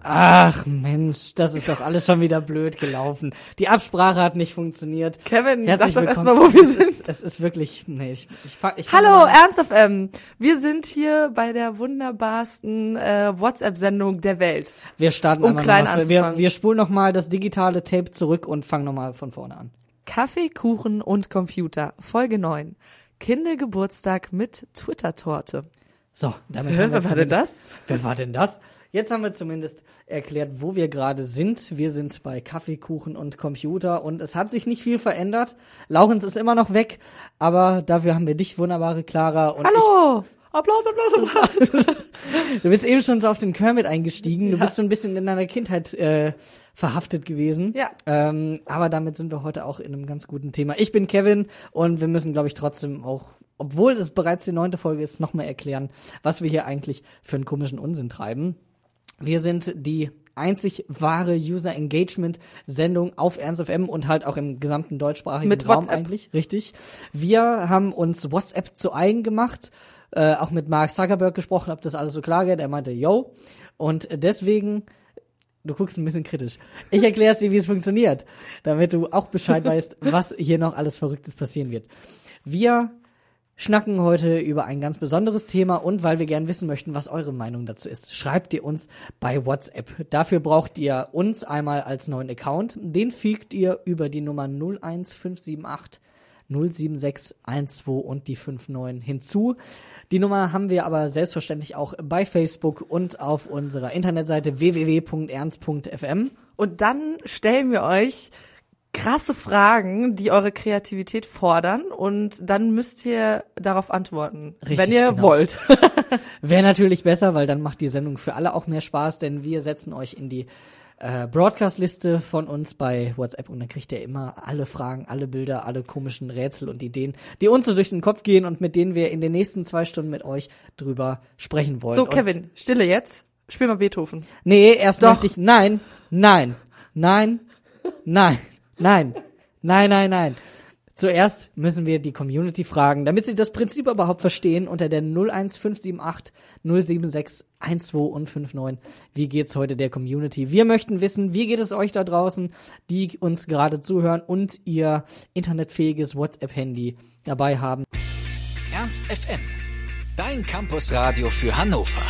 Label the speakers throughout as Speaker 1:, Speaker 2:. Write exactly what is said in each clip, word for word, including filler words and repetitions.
Speaker 1: Ach Mensch, das ist doch alles schon wieder blöd gelaufen. Die Absprache hat nicht funktioniert.
Speaker 2: Kevin,
Speaker 1: Herzlich
Speaker 2: sag doch
Speaker 1: willkommen.
Speaker 2: erstmal, wo wir
Speaker 1: Es
Speaker 2: sind.
Speaker 1: ist, es ist wirklich, nee, ich, ich, fang, ich fang
Speaker 2: Hallo,
Speaker 1: mal-
Speaker 2: Ernst F M. Wir sind hier bei der wunderbarsten äh, WhatsApp-Sendung der Welt.
Speaker 1: Wir starten
Speaker 2: um
Speaker 1: einmal
Speaker 2: klein
Speaker 1: noch mal. Wir,
Speaker 2: anzufangen.
Speaker 1: wir spulen noch mal das digitale Tape zurück und fangen noch mal von vorne an.
Speaker 2: Kaffee, Kuchen und Computer, Folge neun. Kindergeburtstag mit Twitter-Torte.
Speaker 1: So, damit
Speaker 2: Hä,
Speaker 1: haben wir
Speaker 2: wer war denn
Speaker 1: zumindest- Wer war denn das? Jetzt haben wir zumindest erklärt, wo wir gerade sind. Wir sind bei Kaffee, Kuchen und Computer und es hat sich nicht viel verändert. Laurens ist immer noch weg, aber dafür haben wir dich, wunderbare Clara. Und
Speaker 2: Hallo! Applaus, Applaus, Applaus.
Speaker 1: Ich, du bist eben schon so auf den Kermit eingestiegen. Du bist so ein bisschen in deiner Kindheit äh, verhaftet gewesen.
Speaker 2: Ja.
Speaker 1: Ähm, aber damit sind wir heute auch in einem ganz guten Thema. Ich bin Kevin und wir müssen, glaube ich, trotzdem auch, obwohl es bereits die neunte Folge ist, noch mal erklären, was wir hier eigentlich für einen komischen Unsinn treiben. Wir sind die einzig wahre User-Engagement-Sendung auf Ernst F M und halt auch im gesamten deutschsprachigen
Speaker 2: Mit
Speaker 1: Raum
Speaker 2: WhatsApp.
Speaker 1: eigentlich. Richtig. Wir haben uns WhatsApp zu eigen gemacht, äh, auch mit Mark Zuckerberg gesprochen, ob das alles so klar geht. Er meinte, yo. Und deswegen, du guckst ein bisschen kritisch. Ich erkläre es dir, wie es funktioniert, damit du auch Bescheid weißt, was hier noch alles Verrücktes passieren wird. Wir schnacken heute über ein ganz besonderes Thema und weil wir gern wissen möchten, was eure Meinung dazu ist, schreibt ihr uns bei WhatsApp. Dafür braucht ihr uns einmal als neuen Account. Den fügt ihr über die Nummer null eins fünf sieben acht null sieben sechs eins zwei und die fünf neun hinzu. Die Nummer haben wir aber selbstverständlich auch bei Facebook und auf unserer Internetseite w w w punkt ernst punkt f m.
Speaker 2: Und dann stellen wir euch krasse Fragen, die eure Kreativität fordern und dann müsst ihr darauf antworten,
Speaker 1: Richtig,
Speaker 2: wenn ihr
Speaker 1: genau.
Speaker 2: wollt.
Speaker 1: Wäre natürlich besser, weil dann macht die Sendung für alle auch mehr Spaß, denn wir setzen euch in die äh, Broadcast-Liste von uns bei WhatsApp und dann kriegt ihr immer alle Fragen, alle Bilder, alle komischen Rätsel und Ideen, die uns so durch den Kopf gehen und mit denen wir in den nächsten zwei Stunden mit euch drüber sprechen wollen.
Speaker 2: So,
Speaker 1: und
Speaker 2: Kevin, Stille jetzt. Spiel mal Beethoven.
Speaker 1: Nee, erst
Speaker 2: Doch.
Speaker 1: möchte ich, nein, nein, nein, nein, nein, nein, nein, nein. Zuerst müssen wir die Community fragen, damit sie das Prinzip überhaupt verstehen, unter der null eins fünf sieben acht null sieben sechs eins zwei und fünf neun. Wie geht's heute der Community? Wir möchten wissen, wie geht es euch da draußen, die uns gerade zuhören und ihr internetfähiges WhatsApp-Handy dabei haben.
Speaker 3: Ernst F M, dein Campusradio für Hannover.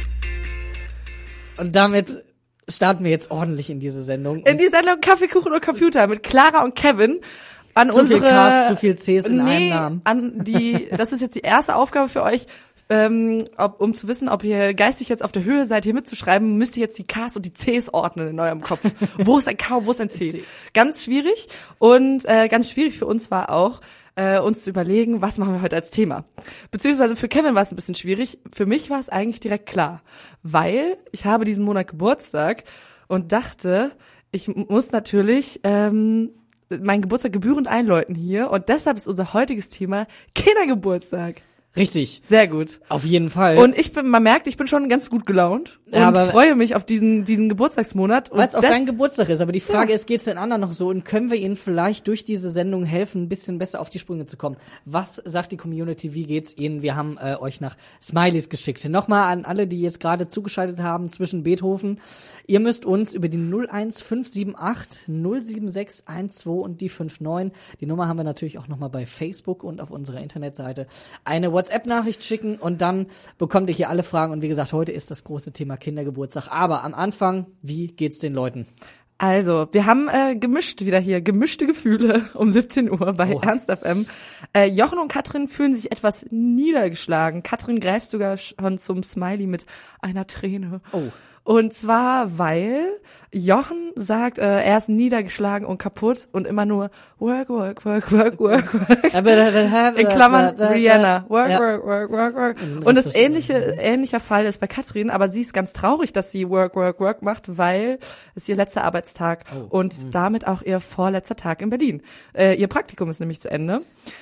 Speaker 1: Und damit starten wir jetzt ordentlich in diese Sendung.
Speaker 2: In die Sendung Kaffee, Kuchen und Computer mit Clara und Kevin. An
Speaker 1: Zu viel
Speaker 2: unsere,
Speaker 1: Ks, zu viel Cs in
Speaker 2: nee,
Speaker 1: einem Namen.
Speaker 2: An die, das ist jetzt die erste Aufgabe für euch, ähm, ob, um zu wissen, ob ihr geistig jetzt auf der Höhe seid, hier mitzuschreiben, müsst ihr jetzt die Ks und die Cs ordnen in eurem Kopf. Wo ist ein K, wo ist ein C? Ganz schwierig. Und äh, ganz schwierig für uns war auch, äh, uns zu überlegen, was machen wir heute als Thema. Beziehungsweise für Kevin war es ein bisschen schwierig. Für mich war es eigentlich direkt klar, weil ich habe diesen Monat Geburtstag und dachte, ich muss natürlich ähm, meinen Geburtstag gebührend einläuten hier und deshalb ist unser heutiges Thema Kindergeburtstag.
Speaker 1: Richtig,
Speaker 2: Sehr gut.
Speaker 1: auf jeden Fall.
Speaker 2: Und ich bin, man merkt, ich bin schon ganz gut gelaunt und
Speaker 1: Ja, aber-
Speaker 2: freue mich auf diesen diesen Geburtstagsmonat.
Speaker 1: Weil es
Speaker 2: Und
Speaker 1: auch
Speaker 2: des-
Speaker 1: dein Geburtstag ist. Aber die Frage
Speaker 2: Ja.
Speaker 1: ist, geht's den anderen noch so und können wir ihnen vielleicht durch diese Sendung helfen, ein bisschen besser auf die Sprünge zu kommen? Was sagt die Community? Wie geht's ihnen? Wir haben äh, euch nach Smileys geschickt. Nochmal an alle, die jetzt gerade zugeschaltet haben zwischen Beethoven. Ihr müsst uns über die null eins fünf sieben acht null sieben sechs eins zwei und die fünf neun, die Nummer haben wir natürlich auch nochmal bei Facebook und auf unserer Internetseite, eine WhatsApp-Nachricht schicken und dann bekommt ihr hier alle Fragen. Und wie gesagt, heute ist das große Thema Kindergeburtstag. Aber am Anfang, wie geht's den Leuten?
Speaker 2: Also, wir haben äh, gemischt wieder hier, gemischte Gefühle um siebzehn Uhr bei
Speaker 1: Oh.
Speaker 2: Ernst F M. Äh, Jochen und Katrin fühlen sich etwas niedergeschlagen. Katrin greift sogar schon zum Smiley mit einer Träne.
Speaker 1: Oh.
Speaker 2: Und zwar, weil Jochen sagt, äh, er ist niedergeschlagen und kaputt und immer nur work, work, work, work, work, work. In Klammern Rihanna. Work,
Speaker 1: Ja.
Speaker 2: work, work, work, work.
Speaker 1: Mhm,
Speaker 2: Und das
Speaker 1: das verstehe
Speaker 2: ähnliche, ähnlicher Fall ist bei Katrin, aber sie ist ganz traurig, dass sie work, work, work macht, weil es ihr letzter Arbeitstag
Speaker 1: Oh.
Speaker 2: und damit auch ihr vorletzter Tag in Berlin. Äh, ihr Praktikum ist nämlich zu Ende.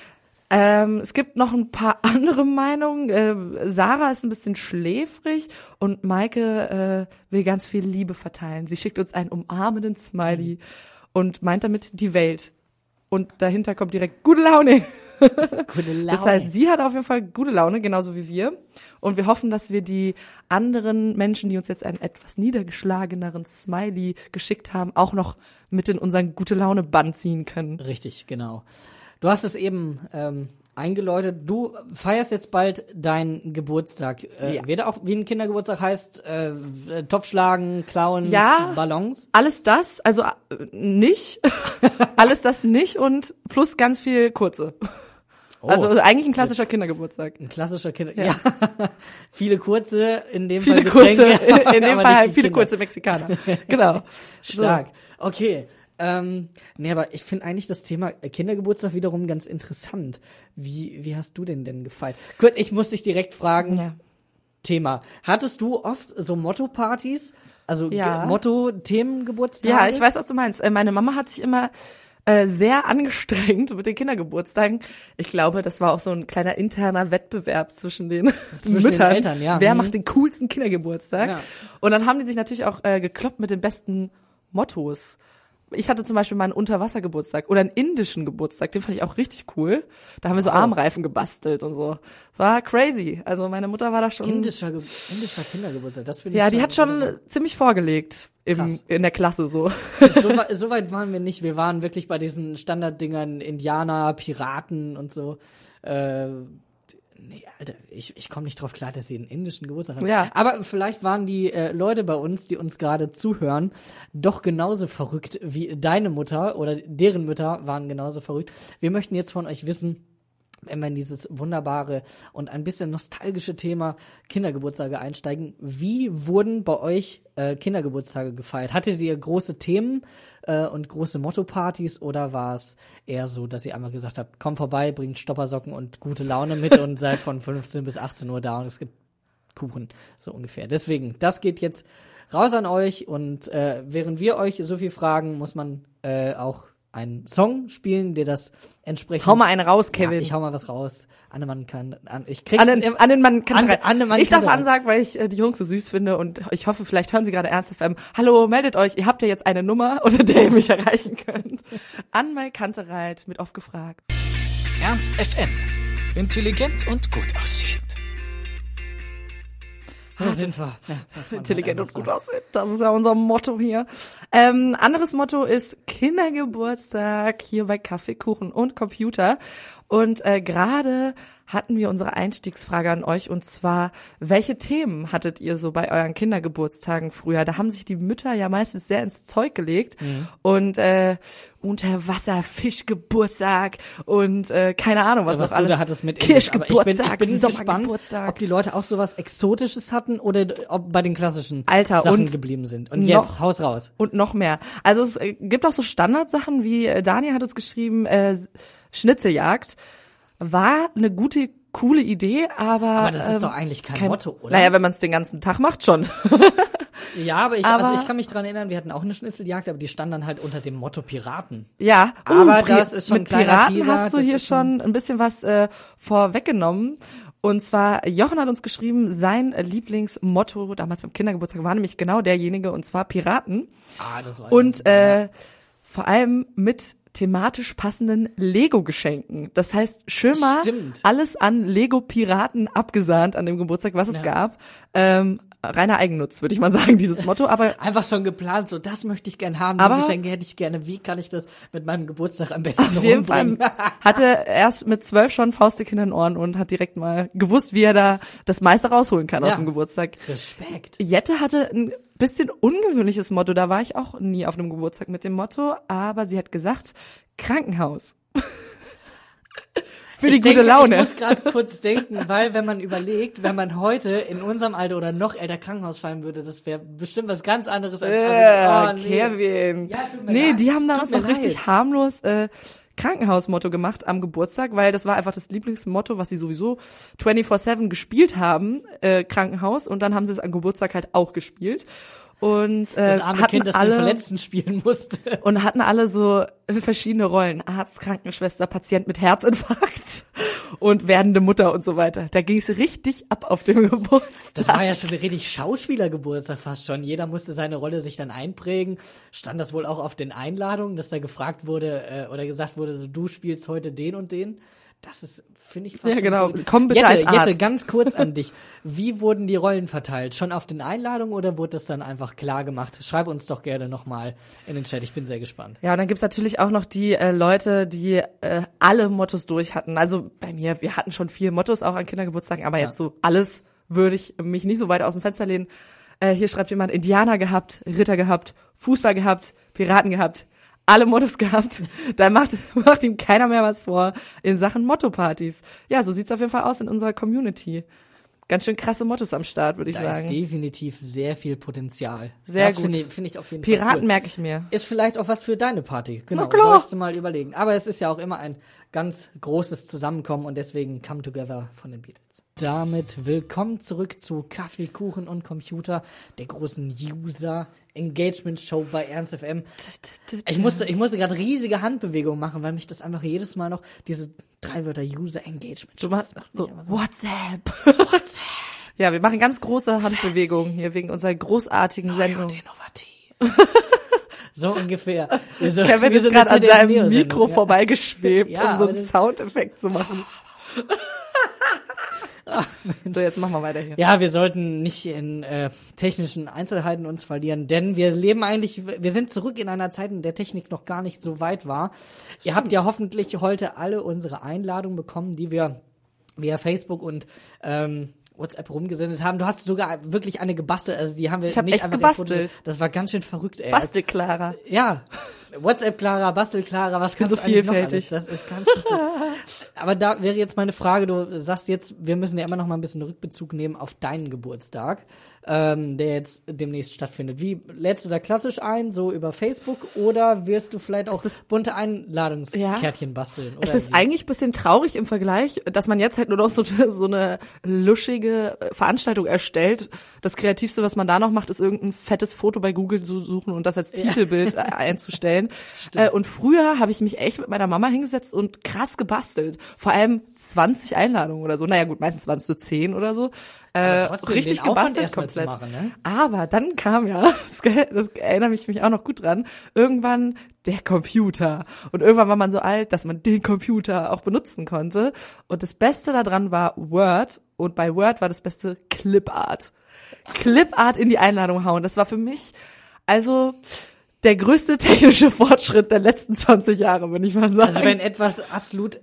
Speaker 2: Ähm, es gibt noch ein paar andere Meinungen. Äh, Sarah ist ein bisschen schläfrig und Maike äh, will ganz viel Liebe verteilen. Sie schickt uns einen umarmenden Smiley und meint damit die Welt. Und dahinter kommt direkt gute Laune.
Speaker 1: Gute Laune.
Speaker 2: Das heißt, sie hat auf jeden Fall gute Laune, genauso wie wir. Und wir hoffen, dass wir die anderen Menschen, die uns jetzt einen etwas niedergeschlageneren Smiley geschickt haben, auch noch mit in unseren Gute-Laune-Bann ziehen können.
Speaker 1: Richtig, genau. Du hast es eben ähm, eingeläutet. Du feierst jetzt bald deinen Geburtstag. Äh,
Speaker 2: Ja.
Speaker 1: Wird er auch wie ein Kindergeburtstag heißt, äh, Topfschlagen, Clowns,
Speaker 2: Ja.
Speaker 1: Ballons?
Speaker 2: Alles das, also äh, nicht, alles das nicht und plus ganz viel kurze.
Speaker 1: Oh.
Speaker 2: Also eigentlich ein klassischer Kindergeburtstag.
Speaker 1: Ein klassischer Kinder. Ja. viele kurze, in dem
Speaker 2: Viele
Speaker 1: Fall
Speaker 2: kurze,
Speaker 1: Getränke,
Speaker 2: in dem
Speaker 1: aber
Speaker 2: Fall
Speaker 1: nicht
Speaker 2: halt
Speaker 1: die
Speaker 2: viele
Speaker 1: Kinder.
Speaker 2: kurze Mexikaner. Genau.
Speaker 1: Stark. Okay. Ähm, nee, aber ich finde eigentlich das Thema Kindergeburtstag wiederum ganz interessant. Wie, wie hast du denn denn gefeiert? Gut, ich muss dich direkt fragen.
Speaker 2: Ja.
Speaker 1: Thema. Hattest du oft so Motto-Partys? Also
Speaker 2: Ja.
Speaker 1: Ge- Motto-Themengeburtstage?
Speaker 2: Ja, ich weiß, was du meinst. Äh, Meine Mama hat sich immer äh, sehr angestrengt mit den Kindergeburtstagen. Ich glaube, das war auch so ein kleiner interner Wettbewerb zwischen den
Speaker 1: Zwischen den
Speaker 2: Müttern.
Speaker 1: Eltern, ja.
Speaker 2: Wer
Speaker 1: Mhm.
Speaker 2: macht den coolsten Kindergeburtstag?
Speaker 1: Ja.
Speaker 2: Und dann haben die sich natürlich auch äh, gekloppt mit den besten Mottos. Ich hatte zum Beispiel mal einen Unterwassergeburtstag oder einen indischen Geburtstag, den fand ich auch richtig cool. Da haben wir so
Speaker 1: Wow.
Speaker 2: Armreifen gebastelt und so. War crazy. Also meine Mutter war da schon.
Speaker 1: Indischer, Ge- indischer Kindergeburtstag, das finde ich
Speaker 2: Ja, die hat schon ziemlich vorgelegt im,
Speaker 1: Krass.
Speaker 2: in der Klasse so.
Speaker 1: so, wa- so weit waren wir nicht. Wir waren wirklich bei diesen Standarddingern Indianer, Piraten und so. Äh, nee, Alter, ich, ich komme nicht drauf klar, dass sie einen indischen Geburtstag haben.
Speaker 2: Ja.
Speaker 1: Aber vielleicht waren die äh, Leute bei uns, die uns gerade zuhören, doch genauso verrückt wie deine Mutter oder deren Mütter waren genauso verrückt. Wir möchten jetzt von euch wissen, wenn wir in dieses wunderbare und ein bisschen nostalgische Thema Kindergeburtstage einsteigen, wie wurden bei euch äh, Kindergeburtstage gefeiert? Hattet ihr große Themen äh, und große Motto-Partys oder war es eher so, dass ihr einmal gesagt habt, komm vorbei, bringt Stoppersocken und gute Laune mit und seid von fünfzehn bis achtzehn Uhr da und es gibt Kuchen, so ungefähr. Deswegen, das geht jetzt raus an euch und äh, während wir euch so viel fragen, muss man äh, auch einen Song spielen, der das entsprechend...
Speaker 2: Hau mal einen raus, Kevin.
Speaker 1: Ja, ich hau mal was raus. Annemann kann... An, ich krieg's
Speaker 2: An den,
Speaker 1: im-
Speaker 2: an den Mann kann
Speaker 1: An-
Speaker 2: rein.
Speaker 1: Annemann
Speaker 2: Ich
Speaker 1: kann
Speaker 2: darf
Speaker 1: rein.
Speaker 2: ansagen, weil ich äh, die Jungs so süß finde und ich hoffe, vielleicht hören sie gerade Ernst F M. Hallo, meldet euch, ihr habt ja jetzt eine Nummer, unter der ihr mich erreichen könnt. Anmal Kantereit mit oft gefragt.
Speaker 3: Ernst F M. Intelligent und gut aussehend.
Speaker 1: So sind wir. Ja, muss man
Speaker 2: Intelligent
Speaker 1: halt
Speaker 2: und gut
Speaker 1: einfach
Speaker 2: aussehen. Das ist ja unser Motto hier. Ähm, anderes Motto ist Kindergeburtstag hier bei Kaffee, Kuchen und Computer. Und äh, gerade hatten wir unsere Einstiegsfrage an euch und zwar, welche Themen hattet ihr so bei euren Kindergeburtstagen früher? Da haben sich die Mütter ja meistens sehr ins Zeug gelegt
Speaker 1: Mhm.
Speaker 2: und äh, Unterwasser-Fischgeburtstag und äh, keine Ahnung, was,
Speaker 1: was
Speaker 2: noch
Speaker 1: du
Speaker 2: alles.
Speaker 1: da hattest mit Englisch. Aber ich bin, ich
Speaker 2: Kirschgeburtstag,
Speaker 1: bin gespannt,
Speaker 2: Sommergeburtstag.
Speaker 1: ob die Leute auch sowas Exotisches hatten oder ob bei den klassischen
Speaker 2: Alter,
Speaker 1: Sachen
Speaker 2: und
Speaker 1: geblieben sind. Und
Speaker 2: noch-
Speaker 1: jetzt, haus raus.
Speaker 2: Und noch mehr. Also es äh, gibt auch so Standardsachen, wie äh, Daniel hat uns geschrieben, äh, Schnitzeljagd. War eine gute, coole Idee, aber
Speaker 1: Aber das ist
Speaker 2: ähm,
Speaker 1: doch eigentlich kein Motto, oder?
Speaker 2: Naja, wenn man es den ganzen Tag macht, schon.
Speaker 1: Ja, aber ich,
Speaker 2: Aber-
Speaker 1: also ich kann mich dran erinnern, wir hatten auch eine Schnitzeljagd, aber die stand dann halt unter dem Motto Piraten.
Speaker 2: Ja,
Speaker 1: Aber
Speaker 2: Pri-
Speaker 1: das ist schon
Speaker 2: mit
Speaker 1: ein kleiner
Speaker 2: Piraten
Speaker 1: Teaser,
Speaker 2: hast du
Speaker 1: das
Speaker 2: hier
Speaker 1: ist schon-
Speaker 2: schon ein bisschen was äh, vorweggenommen. Und zwar, Jochen hat uns geschrieben, sein Lieblingsmotto damals beim Kindergeburtstag war nämlich genau derjenige, und zwar Piraten.
Speaker 1: Ah, das war
Speaker 2: Und äh, vor allem mit thematisch passenden Lego-Geschenken. Das heißt, schön mal
Speaker 1: Stimmt.
Speaker 2: alles an Lego-Piraten abgesahnt an dem Geburtstag, was es
Speaker 1: Ja.
Speaker 2: gab. Ähm, reiner Eigennutz, würde ich mal sagen, dieses Motto. Aber
Speaker 1: einfach schon geplant, so das möchte ich gern haben,
Speaker 2: Aber-
Speaker 1: die Geschenke hätte ich gerne, wie kann ich das mit meinem Geburtstag am besten
Speaker 2: auf jeden Fall
Speaker 1: rumbringen?
Speaker 2: hatte er erst mit zwölf schon Faustdick in den Ohren und hat direkt mal gewusst, wie er da das meiste rausholen kann
Speaker 1: Ja.
Speaker 2: aus dem Geburtstag.
Speaker 1: Respekt.
Speaker 2: Jette hatte ein bisschen ungewöhnliches Motto, da war ich auch nie auf einem Geburtstag mit dem Motto, aber sie hat gesagt, Krankenhaus. Für die
Speaker 1: ich
Speaker 2: gute
Speaker 1: denke,
Speaker 2: Laune.
Speaker 1: Ich muss gerade kurz denken, weil wenn man überlegt, wenn man heute in unserem Alter oder noch älter Krankenhaus fallen würde, das wäre bestimmt was ganz anderes als
Speaker 2: Äh,
Speaker 1: also, oh, nee.
Speaker 2: Kevin.
Speaker 1: Ja, tut mir
Speaker 2: nee,
Speaker 1: leid.
Speaker 2: die haben
Speaker 1: Tut
Speaker 2: damals
Speaker 1: mir
Speaker 2: noch richtig
Speaker 1: leid.
Speaker 2: harmlos äh, Krankenhausmotto gemacht am Geburtstag, weil das war einfach das Lieblingsmotto, was sie sowieso vierundzwanzig sieben gespielt haben, äh, Krankenhaus, und dann haben sie es am Geburtstag halt auch gespielt. Und äh,
Speaker 1: Das arme
Speaker 2: hatten
Speaker 1: Kind, das den
Speaker 2: alle
Speaker 1: Verletzten spielen musste.
Speaker 2: und hatten alle so verschiedene Rollen. Arzt, Krankenschwester, Patient mit Herzinfarkt und werdende Mutter und so weiter. Da ging es richtig ab auf dem Geburtstag.
Speaker 1: Das war ja schon ein richtig Schauspielergeburtstag fast schon. Jeder musste seine Rolle sich dann einprägen. Stand das wohl auch auf den Einladungen, dass da gefragt wurde äh, oder gesagt wurde, so, du spielst heute den und den. Das ist, finde ich, fast
Speaker 2: Ja, genau.
Speaker 1: schon gut.
Speaker 2: Komm bitte
Speaker 1: Jette,
Speaker 2: als Arzt.
Speaker 1: Jette, ganz kurz an dich. Wie wurden die Rollen verteilt? Schon auf den Einladungen oder wurde das dann einfach klar gemacht? Schreib uns doch gerne nochmal in den Chat. Ich bin sehr gespannt.
Speaker 2: Ja, und dann gibt's natürlich auch noch die äh, Leute, die äh, alle Mottos durch hatten. Also bei mir, wir hatten schon viele Mottos auch an Kindergeburtstagen, aber
Speaker 1: Ja.
Speaker 2: jetzt so alles würde ich mich nicht so weit aus dem Fenster lehnen. Äh, hier schreibt jemand, Indianer gehabt, Ritter gehabt, Fußball gehabt, Piraten gehabt, alle Mottos gehabt. Da macht, macht ihm keiner mehr was vor in Sachen Motto-Partys. Ja, so sieht's auf jeden Fall aus in unserer Community. Ganz schön krasse Mottos am Start, würde ich
Speaker 1: Da
Speaker 2: sagen.
Speaker 1: ist definitiv sehr viel Potenzial.
Speaker 2: Sehr
Speaker 1: das
Speaker 2: gut.
Speaker 1: finde ich, finde ich auf jeden
Speaker 2: Piraten
Speaker 1: Fall cool.
Speaker 2: merke ich mir.
Speaker 1: Ist vielleicht auch was für deine Party. Genau,
Speaker 2: Na klar.
Speaker 1: sollst du mal überlegen. Aber es ist ja auch immer ein ganz großes Zusammenkommen und deswegen Come Together von den Beatles. Damit willkommen zurück zu Kaffee, Kuchen und Computer, der großen User-Engagement-Show bei Ernst F M. Ich musste, ich musste gerade riesige Handbewegungen machen, weil mich das einfach jedes Mal noch, diese drei Wörter User-Engagement.
Speaker 2: Du machst so,
Speaker 1: aber-
Speaker 2: WhatsApp. WhatsApp. Ja, wir machen ganz große Handbewegungen hier wegen unserer großartigen Sendung.
Speaker 1: Innovativ. So ungefähr. Wir so,
Speaker 2: Kevin
Speaker 1: wir
Speaker 2: ist
Speaker 1: so eine
Speaker 2: gerade an
Speaker 1: Z D F
Speaker 2: seinem
Speaker 1: Neo-Sendung,
Speaker 2: Mikro
Speaker 1: ja.
Speaker 2: vorbeigeschwebt,
Speaker 1: Ja,
Speaker 2: um so einen
Speaker 1: aber das-
Speaker 2: Soundeffekt zu machen. So, jetzt machen wir weiter hier.
Speaker 1: Ja, wir sollten nicht in äh, technischen Einzelheiten uns verlieren, denn wir leben eigentlich, wir sind zurück in einer Zeit, in der Technik noch gar nicht so weit war. Ihr habt ja hoffentlich heute alle unsere Einladungen bekommen, die wir via Facebook und ähm, WhatsApp rumgesendet haben. Du hast sogar wirklich eine gebastelt, also die haben wir
Speaker 2: Ich hab
Speaker 1: nicht
Speaker 2: echt
Speaker 1: einfach
Speaker 2: gebastelt.
Speaker 1: in Fotos- Das war ganz schön verrückt, ey.
Speaker 2: Bastel, Clara.
Speaker 1: Ja, WhatsApp Clara, Bastel Clara, was kannst
Speaker 2: so
Speaker 1: du eigentlich noch
Speaker 2: vielfältig.
Speaker 1: alles? Das ist ganz schön cool. Aber da wäre jetzt meine Frage, du sagst jetzt, wir müssen ja immer noch mal ein bisschen Rückbezug nehmen auf deinen Geburtstag, ähm, der jetzt demnächst stattfindet. Wie lädst du da klassisch ein, so über Facebook, oder wirst du vielleicht auch bunte Einladungskärtchen
Speaker 2: Ja.
Speaker 1: basteln?
Speaker 2: Es
Speaker 1: oder
Speaker 2: ist
Speaker 1: wie?
Speaker 2: eigentlich ein bisschen traurig im Vergleich, dass man jetzt halt nur noch so, so eine luschige Veranstaltung erstellt. Das Kreativste, was man da noch macht, ist irgendein fettes Foto bei Google zu suchen und das als Titelbild ja. einzustellen. Äh, und früher habe ich mich echt mit meiner Mama hingesetzt und krass gebastelt. Vor allem zwanzig Einladungen oder so. Naja gut, meistens waren es so zehn oder so. Äh,
Speaker 1: trotzdem
Speaker 2: richtig
Speaker 1: den Aufwand
Speaker 2: gebastelt
Speaker 1: erstmal zu
Speaker 2: komplett.
Speaker 1: machen, ne?
Speaker 2: Aber dann kam ja, das, das erinnere ich mich auch noch gut dran, irgendwann der Computer. Und irgendwann war man so alt, dass man den Computer auch benutzen konnte. Und das Beste daran war Word. Und bei Word war das Beste Clipart. Clipart in die Einladung hauen. Das war für mich also der größte technische Fortschritt der letzten zwanzig Jahre, würde ich mal sagen.
Speaker 1: Also wenn etwas absolut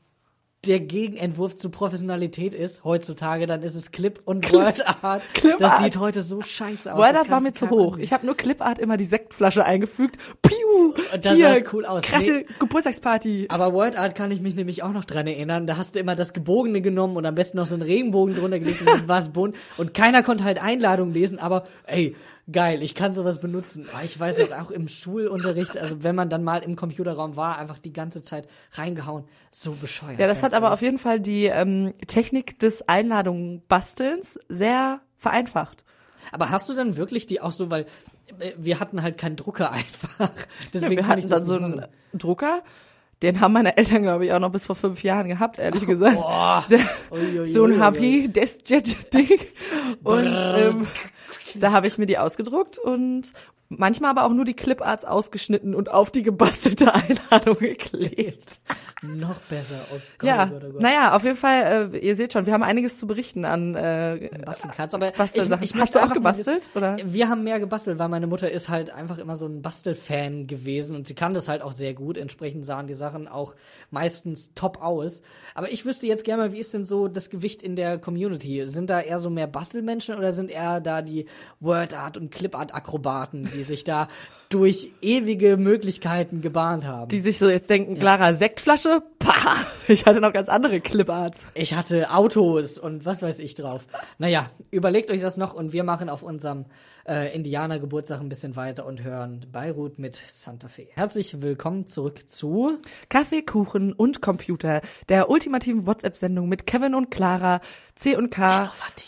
Speaker 1: der Gegenentwurf zu Professionalität ist heutzutage, dann ist es Clip und WordArt.
Speaker 2: Clipart.
Speaker 1: Das sieht heute so scheiße aus.
Speaker 2: WordArt
Speaker 1: das
Speaker 2: war
Speaker 1: kannst
Speaker 2: mir
Speaker 1: du
Speaker 2: zu
Speaker 1: keinem
Speaker 2: hoch.
Speaker 1: antun.
Speaker 2: Ich habe nur Clipart immer die Sektflasche eingefügt. Piu!
Speaker 1: Und da
Speaker 2: Hier,
Speaker 1: sah's cool aus.
Speaker 2: krasse
Speaker 1: Nee.
Speaker 2: Geburtstagsparty.
Speaker 1: Aber WordArt kann ich mich nämlich auch noch dran erinnern. Da hast du immer das Gebogene genommen und am besten noch so einen Regenbogen drunter gelegt und dann war es bunt. Und keiner konnte halt Einladungen lesen, aber ey, geil, ich kann sowas benutzen. Ah, ich weiß auch, auch im Schulunterricht, also wenn man dann mal im Computerraum war, einfach die ganze Zeit reingehauen. So bescheuert.
Speaker 2: Ja, das
Speaker 1: ganz
Speaker 2: hat aber
Speaker 1: ehrlich.
Speaker 2: auf jeden Fall die ähm, Technik des Einladungen-Bastelns sehr vereinfacht.
Speaker 1: Aber hast du dann wirklich die auch so, weil äh, wir hatten halt keinen Drucker einfach. Deswegen
Speaker 2: Wir
Speaker 1: kann
Speaker 2: hatten
Speaker 1: ich das
Speaker 2: dann so
Speaker 1: nicht
Speaker 2: einen
Speaker 1: machen.
Speaker 2: Drucker, den haben meine Eltern, glaube ich, auch noch bis vor fünf Jahren gehabt, ehrlich gesagt.
Speaker 1: Boah.
Speaker 2: Der,
Speaker 1: Ui, ui,
Speaker 2: so
Speaker 1: ui,
Speaker 2: ein
Speaker 1: ui.
Speaker 2: H P-Deskjet-Ding. Und ähm, da habe ich mir die ausgedruckt und manchmal aber auch nur die Cliparts ausgeschnitten und auf die gebastelte Einladung geklebt.
Speaker 1: Noch besser. Oh Gott,
Speaker 2: Ja,
Speaker 1: oh Gott, oh Gott.
Speaker 2: naja, auf jeden Fall, äh, ihr seht schon, wir haben einiges zu berichten an äh,
Speaker 1: Bastelkatz, aber
Speaker 2: Bastelsachen.
Speaker 1: ich, ich
Speaker 2: Hast
Speaker 1: möchte
Speaker 2: du auch
Speaker 1: einfach mal
Speaker 2: gebastelt,
Speaker 1: wissen-
Speaker 2: oder?
Speaker 1: Wir haben mehr gebastelt, weil meine Mutter ist halt einfach immer so ein Bastelfan gewesen und sie kann das halt auch sehr gut. Entsprechend sahen die Sachen auch meistens top aus. Aber ich wüsste jetzt gerne mal, wie ist denn so das Gewicht in der Community? Sind da eher so mehr Bastelmenschen oder sind eher da die WordArt und Clipart-Akrobaten, die sich da durch ewige Möglichkeiten gebahnt haben?
Speaker 2: Die sich so jetzt denken, Clara, Sektflasche? Pah! Ich hatte noch ganz andere Cliparts.
Speaker 1: Ich hatte Autos und was weiß ich drauf. Naja, überlegt euch das noch und wir machen auf unserem äh, Indianer-Geburtstag ein bisschen weiter und hören Beirut mit Santa Fe. Herzlich willkommen zurück zu
Speaker 2: Kaffee, Kuchen und Computer, der ultimativen WhatsApp-Sendung mit Kevin und Clara, C und K.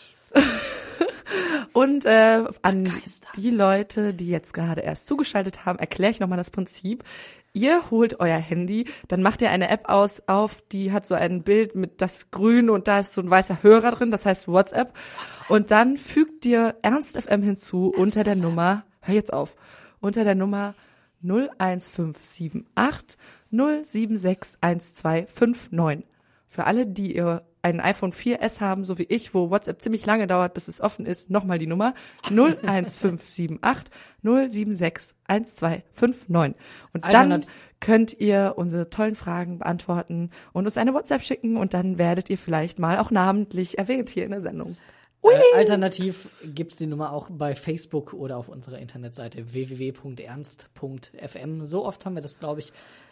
Speaker 2: Und äh, an
Speaker 1: Begeistert.
Speaker 2: die Leute, die jetzt gerade erst zugeschaltet haben, erkläre ich nochmal das Prinzip. Ihr holt euer Handy, dann macht ihr eine App aus auf, die hat so ein Bild mit das Grün und da ist so ein weißer Hörer drin, das heißt WhatsApp. WhatsApp. Und dann fügt ihr Ernst F M hinzu Ernst unter der F M. Nummer, hör jetzt auf, unter der Nummer null eins fünf sieben acht null sieben sechs eins zwei fünf neun. Für alle, die ihr ein iPhone vier S haben, so wie ich, wo WhatsApp ziemlich lange dauert, bis es offen ist, nochmal die Nummer null eins fünf sieben acht null sieben sechs eins zwei fünf neun. Und dann
Speaker 1: Alternat-
Speaker 2: könnt ihr unsere tollen Fragen beantworten und uns eine WhatsApp schicken und dann werdet ihr vielleicht mal auch namentlich erwähnt hier in der Sendung.
Speaker 1: Äh, alternativ gibt's die Nummer auch bei Facebook oder auf unserer Internetseite w w w punkt ernst punkt f m. So oft haben wir das, glaube ich,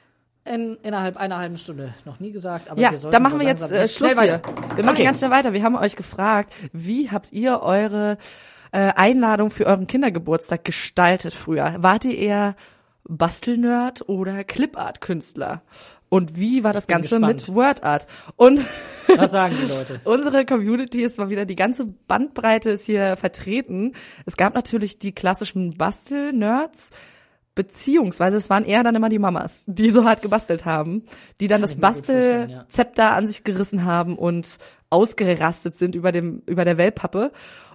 Speaker 1: in, innerhalb einer halben Stunde noch nie gesagt. Aber
Speaker 2: Ja,
Speaker 1: wir sollten
Speaker 2: da machen
Speaker 1: so
Speaker 2: wir jetzt
Speaker 1: langsam
Speaker 2: äh, Schluss
Speaker 1: schnell
Speaker 2: hier.
Speaker 1: weiter.
Speaker 2: Wir machen
Speaker 1: Okay.
Speaker 2: ganz schnell weiter. Wir haben euch gefragt, wie habt ihr eure äh, Einladung für euren Kindergeburtstag gestaltet früher? Wart ihr eher Bastelnerd oder Clipart-Künstler? Und wie war das
Speaker 1: bin
Speaker 2: Ganze
Speaker 1: gespannt.
Speaker 2: mit Wordart? Und
Speaker 1: Was sagen die Leute?
Speaker 2: unsere Community ist mal wieder, die ganze Bandbreite ist hier vertreten. Es gab natürlich die klassischen Bastel-Nerds, beziehungsweise es waren eher dann immer die Mamas, die so hart gebastelt haben, die dann
Speaker 1: Kann
Speaker 2: das
Speaker 1: ich mir gut vorstellen, ja.
Speaker 2: Bastelzepter an sich gerissen haben und ausgerastet sind über dem über der Wellpappe.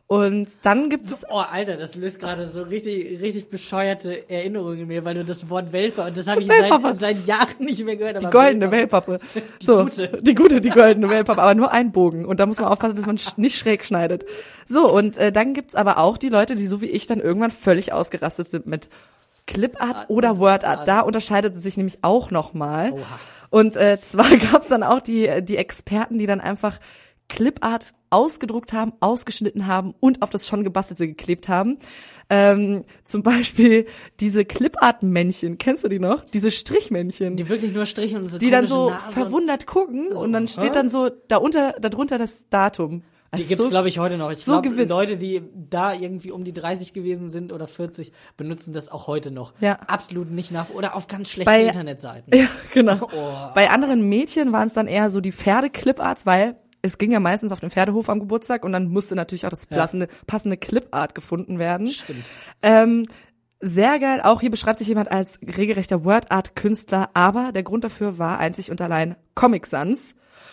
Speaker 2: Und dann gibt es
Speaker 1: Oh, Alter, das löst gerade so richtig, richtig bescheuerte Erinnerungen in mir, weil du das Wort Wellpappe, und das habe ich seit,
Speaker 2: Wellpappe.
Speaker 1: seit Jahren nicht mehr gehört.
Speaker 2: die
Speaker 1: aber
Speaker 2: goldene Wellpappe.
Speaker 1: Die
Speaker 2: so,
Speaker 1: gute.
Speaker 2: die gute, die goldene Wellpappe, aber nur ein Bogen. Und da muss man aufpassen, dass man sch- nicht schräg schneidet. So, und äh, dann gibt's aber auch die Leute, die so wie ich dann irgendwann völlig ausgerastet sind mit Clipart oder Wordart. Da unterscheidet es sich nämlich auch nochmal.
Speaker 1: Oha.
Speaker 2: Und äh, zwar gab's dann auch die die Experten, die dann einfach Clipart ausgedruckt haben, ausgeschnitten haben und auf das schon gebastelte geklebt haben. Ähm, zum Beispiel diese Clipart-Männchen, kennst du die noch? Diese Strichmännchen, die,
Speaker 1: Die wirklich nur Striche und so
Speaker 2: die dann
Speaker 1: komische
Speaker 2: so
Speaker 1: Nase und-
Speaker 2: verwundert gucken und dann steht dann so darunter, darunter das Datum.
Speaker 1: Die
Speaker 2: Also
Speaker 1: gibt's,
Speaker 2: so,
Speaker 1: glaube ich, heute noch. Ich
Speaker 2: so
Speaker 1: glaube,
Speaker 2: gewitzt.
Speaker 1: Leute, die da irgendwie um die dreißig gewesen sind oder vierzig, benutzen das auch heute noch.
Speaker 2: Ja.
Speaker 1: Absolut nicht nach, oder auf ganz schlechten
Speaker 2: Bei-
Speaker 1: Internetseiten.
Speaker 2: Ja, genau.
Speaker 1: Oh.
Speaker 2: Bei anderen Mädchen waren es dann eher so die Pferde-Cliparts, weil es ging ja meistens auf den Pferdehof am Geburtstag und dann musste natürlich auch das passende, passende Clipart gefunden werden.
Speaker 1: Stimmt.
Speaker 2: Ähm, sehr geil. Auch hier beschreibt sich jemand als regelrechter Wordart-Künstler, aber der Grund dafür war einzig und allein Comic Sans.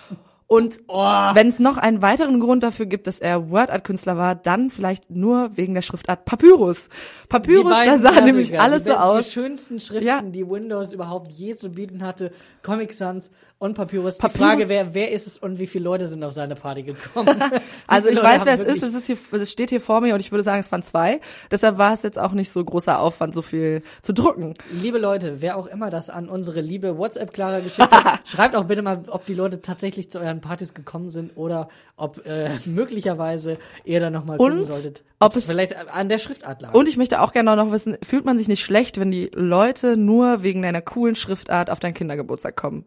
Speaker 2: Und
Speaker 1: Oh.
Speaker 2: wenn es noch einen weiteren Grund dafür gibt, dass er Wordart-Künstler war, dann vielleicht nur wegen der Schriftart Papyrus. Papyrus, da
Speaker 1: beiden
Speaker 2: sah
Speaker 1: Klassiker,
Speaker 2: nämlich alles
Speaker 1: die,
Speaker 2: so aus.
Speaker 1: Die schönsten Schriften,
Speaker 2: Ja.
Speaker 1: die Windows überhaupt je zu bieten hatte. Comic Sans und Papyrus.
Speaker 2: Papyrus.
Speaker 1: Die Frage, wer, wer ist es und wie viele Leute sind auf seine Party gekommen?
Speaker 2: Also
Speaker 1: Wie
Speaker 2: ich
Speaker 1: viele Leute
Speaker 2: weiß, wer es
Speaker 1: haben
Speaker 2: ist.
Speaker 1: wirklich-
Speaker 2: Es ist hier, es steht hier vor mir und ich würde sagen, es waren zwei. Deshalb war es jetzt auch nicht so großer Aufwand, so viel zu drucken.
Speaker 1: Liebe Leute, wer auch immer das an unsere liebe WhatsApp-Clara geschickt hat, schreibt auch bitte mal, ob die Leute tatsächlich zu euren Partys gekommen sind oder ob äh, möglicherweise ihr da nochmal gucken
Speaker 2: Und
Speaker 1: solltet,
Speaker 2: ob
Speaker 1: ob es
Speaker 2: es-
Speaker 1: vielleicht an der Schriftart lag.
Speaker 2: Und ich möchte auch gerne noch wissen, fühlt man sich nicht schlecht, wenn die Leute nur wegen deiner coolen Schriftart auf deinen Kindergeburtstag kommen?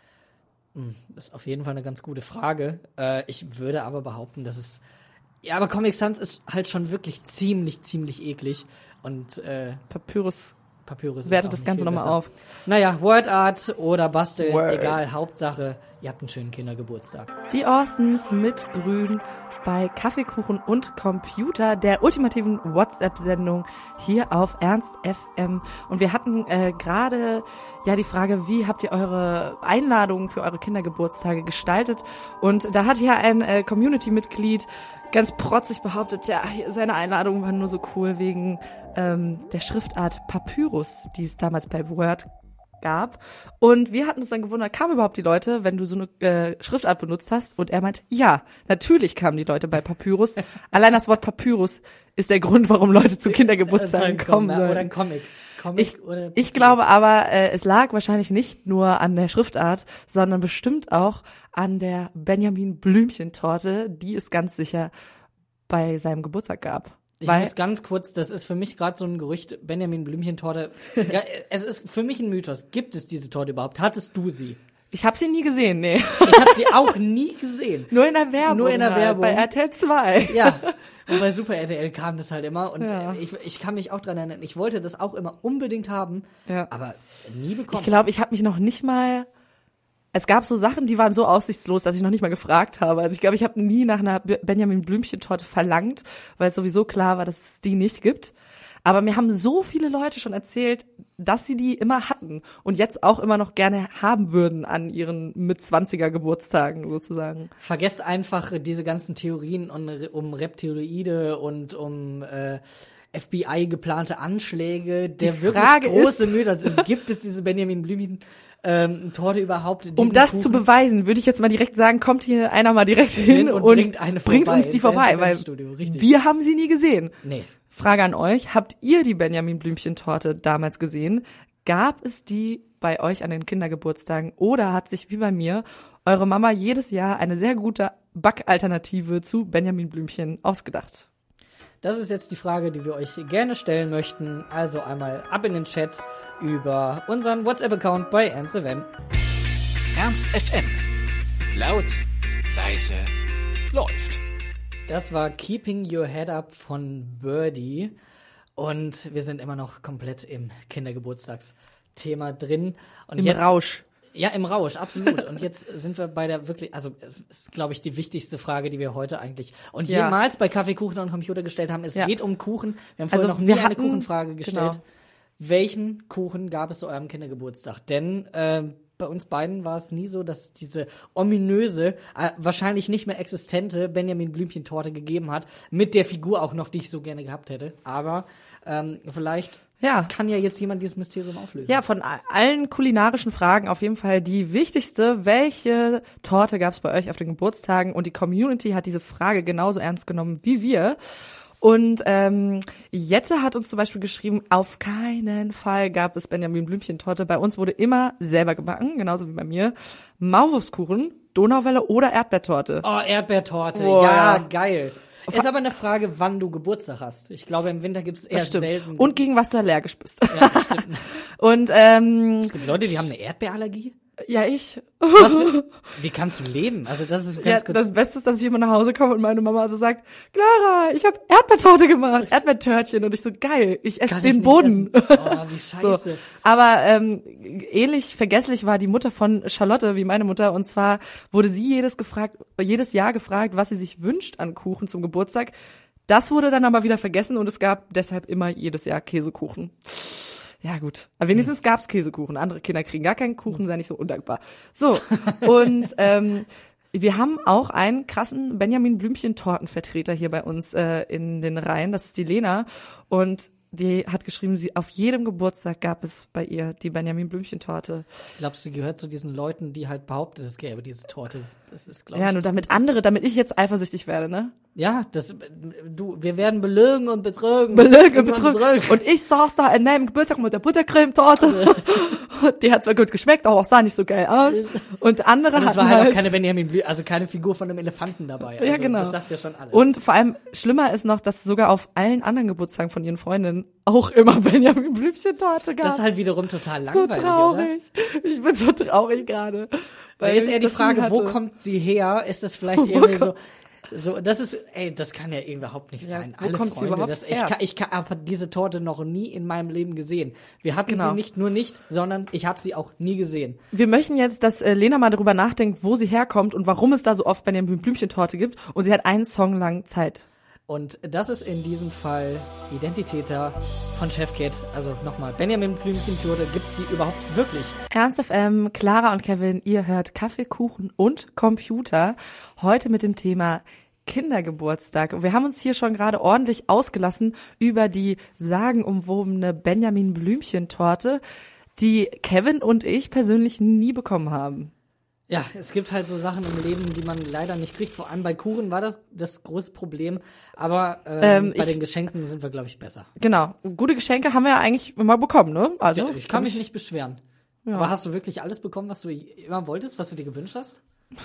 Speaker 1: Das ist auf jeden Fall eine ganz gute Frage. Äh, ich würde aber behaupten, dass es... Ja, aber Comic Sans ist halt schon wirklich ziemlich, ziemlich eklig. Und äh,
Speaker 2: Papyrus
Speaker 1: Papyrus ist
Speaker 2: wertet
Speaker 1: auch
Speaker 2: das
Speaker 1: nicht
Speaker 2: Ganze
Speaker 1: viel
Speaker 2: nochmal
Speaker 1: besser.
Speaker 2: auf.
Speaker 1: Naja, Wordart oder Bastel,
Speaker 2: Word.
Speaker 1: egal, Hauptsache, ihr habt einen schönen Kindergeburtstag.
Speaker 2: Die Orsons mit Grün bei Kaffeekuchen und Computer, der ultimativen WhatsApp-Sendung hier auf Ernst F M. Und wir hatten äh, gerade ja die Frage, wie habt ihr eure Einladungen für eure Kindergeburtstage gestaltet? Und da hat hier ein äh, Community-Mitglied ganz protzig behauptet, ja, seine Einladungen waren nur so cool wegen ähm, der Schriftart Papyrus, die es damals bei Word gab. Und wir hatten uns dann gewundert, kamen überhaupt die Leute, wenn du so eine äh, Schriftart benutzt hast? Und er meint, ja, natürlich kamen die Leute bei Papyrus. Allein das Wort Papyrus ist der Grund, warum Leute zu Kindergeburtstagen
Speaker 1: Das ist ein
Speaker 2: kommen
Speaker 1: Com-
Speaker 2: sollen.
Speaker 1: Oder ein Comic. Comic
Speaker 2: Ich,
Speaker 1: oder
Speaker 2: ich glaube aber, äh, es lag wahrscheinlich nicht nur an der Schriftart, sondern bestimmt auch an der Benjamin Blümchen-Torte, die es ganz sicher bei seinem Geburtstag gab.
Speaker 1: Ich
Speaker 2: Weil,
Speaker 1: muss ganz kurz, das ist für mich gerade so ein Gerücht, Benjamin Blümchen-Torte. Ja, es ist für mich ein Mythos. Gibt es diese Torte überhaupt? Hattest du sie?
Speaker 2: ich habe sie nie gesehen, nee.
Speaker 1: Ich habe sie auch nie gesehen.
Speaker 2: Nur in der Werbung.
Speaker 1: Nur in der
Speaker 2: halt,
Speaker 1: Werbung.
Speaker 2: Bei R T L zwei.
Speaker 1: Ja, und bei Super R T L kam das halt immer und
Speaker 2: Ja.
Speaker 1: äh, ich, ich kann mich auch dran erinnern, ich wollte das auch immer unbedingt haben,
Speaker 2: Ja.
Speaker 1: aber nie bekommen.
Speaker 2: Ich glaube, ich habe mich noch nicht mal. Es gab so Sachen, die waren so aussichtslos, dass ich noch nicht mal gefragt habe. Also ich glaube, ich habe nie nach einer B- Benjamin Blümchen-Torte verlangt, weil es sowieso klar war, dass es die nicht gibt. Aber mir haben so viele Leute schon erzählt, dass sie die immer hatten und jetzt auch immer noch gerne haben würden an ihren Mitzwanziger Geburtstagen sozusagen.
Speaker 1: Vergesst einfach diese ganzen Theorien um, um Reptiloide und um äh, F B I geplante Anschläge, der
Speaker 2: Die
Speaker 1: wirklich
Speaker 2: Frage
Speaker 1: große
Speaker 2: ist-
Speaker 1: Mühe, also es gibt es diese Benjamin Blümchen ähm, Torte überhaupt?
Speaker 2: Um
Speaker 1: diesen
Speaker 2: das
Speaker 1: Kuchen?
Speaker 2: zu beweisen, würde ich jetzt mal direkt sagen, kommt hier einer mal direkt hin
Speaker 1: und
Speaker 2: und,
Speaker 1: bringt eine
Speaker 2: bringt
Speaker 1: vorbei
Speaker 2: uns die
Speaker 1: ins
Speaker 2: vorbei, weil
Speaker 1: Studio, richtig.
Speaker 2: wir haben sie nie gesehen.
Speaker 1: Nee.
Speaker 2: Frage an euch, habt ihr die Benjamin Blümchen Torte damals gesehen? Gab es die bei euch an den Kindergeburtstagen oder hat sich wie bei mir eure Mama jedes Jahr eine sehr gute Backalternative zu Benjamin Blümchen ausgedacht?
Speaker 1: Das ist jetzt die Frage, die wir euch gerne stellen möchten. Also einmal ab in den Chat über unseren WhatsApp-Account bei Ernst F M.
Speaker 3: Ernst F M. Laut, leise, läuft.
Speaker 1: Das war Keeping Your Head Up von Birdie. Und wir sind immer noch komplett im Kindergeburtstagsthema drin. Und
Speaker 2: Im
Speaker 1: jetzt,
Speaker 2: Rausch.
Speaker 1: Ja, im Rausch, absolut. Und jetzt sind wir bei der wirklich, also das ist, glaube ich, die wichtigste Frage, die wir heute eigentlich und
Speaker 2: Ja.
Speaker 1: jemals bei Kaffee, Kuchen und Computer gestellt haben. Es
Speaker 2: Ja.
Speaker 1: geht um Kuchen. Wir haben vorher
Speaker 2: Also
Speaker 1: noch nie
Speaker 2: wir
Speaker 1: eine
Speaker 2: hatten-
Speaker 1: Kuchenfrage gestellt.
Speaker 2: genau.
Speaker 1: Welchen Kuchen gab es zu eurem Kindergeburtstag? Denn äh, bei uns beiden war es nie so, dass es diese ominöse, äh, wahrscheinlich nicht mehr existente Benjamin Blümchen Torte gegeben hat, mit der Figur auch noch, die ich so gerne gehabt hätte. Aber ähm, vielleicht
Speaker 2: Ja.
Speaker 1: kann ja jetzt jemand dieses Mysterium auflösen.
Speaker 2: Ja, von a- allen kulinarischen Fragen auf jeden Fall die wichtigste. Welche Torte gab es bei euch auf den Geburtstagen? Und die Community hat diese Frage genauso ernst genommen wie wir. Und ähm, Jette hat uns zum Beispiel geschrieben, auf keinen Fall gab es Benjamin Blümchen Torte. Bei uns wurde immer selber gebacken, genauso wie bei mir. Maulwurfskuchen, Donauwelle oder Erdbeertorte.
Speaker 1: Oh, Erdbeertorte.
Speaker 2: Boah.
Speaker 1: Ja, geil. Ist aber eine Frage, wann du Geburtstag hast. Ich glaube, im Winter gibt es eher
Speaker 2: Das stimmt.
Speaker 1: selten.
Speaker 2: Und gegen was du allergisch bist.
Speaker 1: ja, das stimmt.
Speaker 2: Und ähm,
Speaker 1: Es gibt Leute, die haben eine Erdbeerallergie.
Speaker 2: ja, ich.
Speaker 1: Was, wie kannst du leben? Also das ist ganz
Speaker 2: Ja,
Speaker 1: kurz.
Speaker 2: das Beste ist, dass ich immer nach Hause komme und meine Mama so sagt, Clara, ich habe Erdbeertorte gemacht, Erdbeertörtchen. Und ich so, geil, ich esse
Speaker 1: Kann
Speaker 2: den
Speaker 1: ich
Speaker 2: Boden.
Speaker 1: nicht essen. Oh, wie
Speaker 2: So.
Speaker 1: scheiße.
Speaker 2: Aber ähm, ähnlich vergesslich war die Mutter von Charlotte wie meine Mutter. Und zwar wurde sie jedes gefragt, jedes Jahr gefragt, was sie sich wünscht an Kuchen zum Geburtstag. Das wurde dann aber wieder vergessen und es gab deshalb immer jedes Jahr Käsekuchen. Ja gut, aber wenigstens gab's Käsekuchen. Andere Kinder kriegen gar keinen Kuchen, sei nicht so undankbar. So, und ähm, wir haben auch einen krassen Benjamin Blümchen-Tortenvertreter hier bei uns äh, in den Reihen. Das ist die Lena und die hat geschrieben, sie auf jedem Geburtstag gab es bei ihr die Benjamin Blümchen-Torte.
Speaker 1: Glaubst du, gehört zu diesen Leuten, die halt behaupten, es gäbe diese Torte? Das ist, glaube
Speaker 2: Ja,
Speaker 1: ich.
Speaker 2: nur damit andere, damit ich jetzt eifersüchtig werde, ne?
Speaker 1: Ja, das, du, wir werden belügen und betrügen.
Speaker 2: Belügen, betrügen. Und ich saß da in meinem Geburtstag mit der Buttercremetorte. Die hat zwar gut geschmeckt, aber auch sah nicht so geil aus. Und andere
Speaker 1: Und es
Speaker 2: hatten
Speaker 1: war halt
Speaker 2: halt
Speaker 1: auch keine Benjamin Blü, also keine Figur von einem Elefanten dabei. Also
Speaker 2: ja, genau.
Speaker 1: Das sagt ja schon alles.
Speaker 2: Und vor allem schlimmer ist noch, dass es sogar auf allen anderen Geburtstagen von ihren Freundinnen auch immer Benjamin Blümchen-Torte gab.
Speaker 1: das ist halt wiederum total
Speaker 2: so
Speaker 1: langweilig, oder?
Speaker 2: traurig. Ich bin so traurig gerade.
Speaker 1: Da
Speaker 2: weil
Speaker 1: ist
Speaker 2: ich
Speaker 1: eher die
Speaker 2: das nie
Speaker 1: Frage, wo
Speaker 2: hatte.
Speaker 1: kommt sie her? Ist das vielleicht irgendwie so, so, das ist, ey, das kann ja überhaupt nicht
Speaker 2: Ja,
Speaker 1: sein.
Speaker 2: wo
Speaker 1: Alle
Speaker 2: kommt sie
Speaker 1: Freunde,
Speaker 2: überhaupt
Speaker 1: das, ich
Speaker 2: her?
Speaker 1: kann, ich kann, habe diese Torte noch nie in meinem Leben gesehen. Wir hatten
Speaker 2: Genau.
Speaker 1: sie nicht nur nicht, sondern ich habe sie auch nie gesehen.
Speaker 2: Wir möchten jetzt, dass äh, Lena mal darüber nachdenkt, wo sie herkommt und warum es da so oft Benjamin Blümchen-Torte gibt. Und sie hat einen Song lang Zeit.
Speaker 1: Und das ist in diesem Fall Identitäter von Chefcat. Also nochmal, Benjamin Blümchen-Torte, gibt's die überhaupt wirklich?
Speaker 2: Ernst F M, Clara und Kevin, ihr hört Kaffee, Kuchen und Computer. Heute mit dem Thema Kindergeburtstag. Und wir haben uns hier schon gerade ordentlich ausgelassen über die sagenumwobene Benjamin Blümchen-Torte, die Kevin und ich persönlich nie bekommen haben.
Speaker 1: Ja, es gibt halt so Sachen im Leben, die man leider nicht kriegt. Vor allem bei Kuchen war das das große Problem. Aber ähm,
Speaker 2: Ähm,
Speaker 1: bei
Speaker 2: ich-
Speaker 1: den Geschenken sind wir, glaube ich, besser.
Speaker 2: Genau. Gute Geschenke haben wir ja eigentlich immer bekommen, ne? Also,
Speaker 1: Ja, ich kann mich nicht beschweren. Aber hast du wirklich alles bekommen, was du immer wolltest, was du dir gewünscht hast?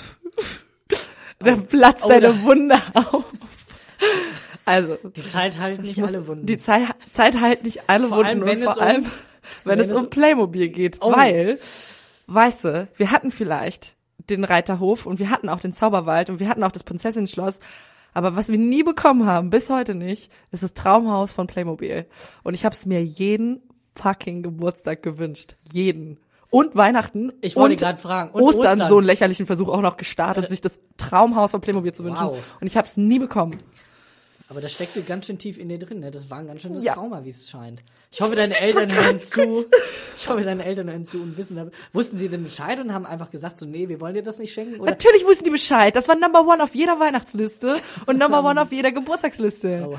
Speaker 2: Da platzt
Speaker 1: Oh,
Speaker 2: deine
Speaker 1: da-
Speaker 2: Wunde auf. Also,
Speaker 1: Die Zeit halt nicht
Speaker 2: muss-
Speaker 1: alle Wunden.
Speaker 2: die Zeit, Zeit halt nicht alle
Speaker 1: Vor
Speaker 2: Wunden
Speaker 1: allem, wenn
Speaker 2: und
Speaker 1: es
Speaker 2: vor
Speaker 1: um-
Speaker 2: allem, wenn,
Speaker 1: wenn
Speaker 2: es
Speaker 1: es
Speaker 2: um
Speaker 1: um-
Speaker 2: Playmobil geht,
Speaker 1: Oh.
Speaker 2: weil, weißt du, wir hatten vielleicht den Reiterhof und wir hatten auch den Zauberwald und wir hatten auch das Prinzessinnenschloss, aber was wir nie bekommen haben, bis heute nicht, ist das Traumhaus von Playmobil. Und ich habe es mir jeden fucking Geburtstag gewünscht. Jeden. Und Weihnachten.
Speaker 1: Ich wollte
Speaker 2: und
Speaker 1: gerade fragen. Und
Speaker 2: Ostern,
Speaker 1: Ostern.
Speaker 2: so einen lächerlichen Versuch auch noch gestartet, sich das Traumhaus von Playmobil zu wünschen.
Speaker 1: Wow.
Speaker 2: Und ich habe es nie bekommen.
Speaker 1: Aber das steckte ganz schön tief in dir drin, ne? Das war ein ganz schönes
Speaker 2: Ja.
Speaker 1: Trauma, wie es scheint. Ich hoffe, deine Eltern hören zu. Ich hoffe, deine Eltern hören zu und wissen, wussten sie denn Bescheid und haben einfach gesagt, so, nee, wir wollen dir das nicht schenken? Oder?
Speaker 2: Natürlich wussten die Bescheid. Das war Number One auf jeder Weihnachtsliste und Number One auf jeder Geburtstagsliste.
Speaker 1: Oha.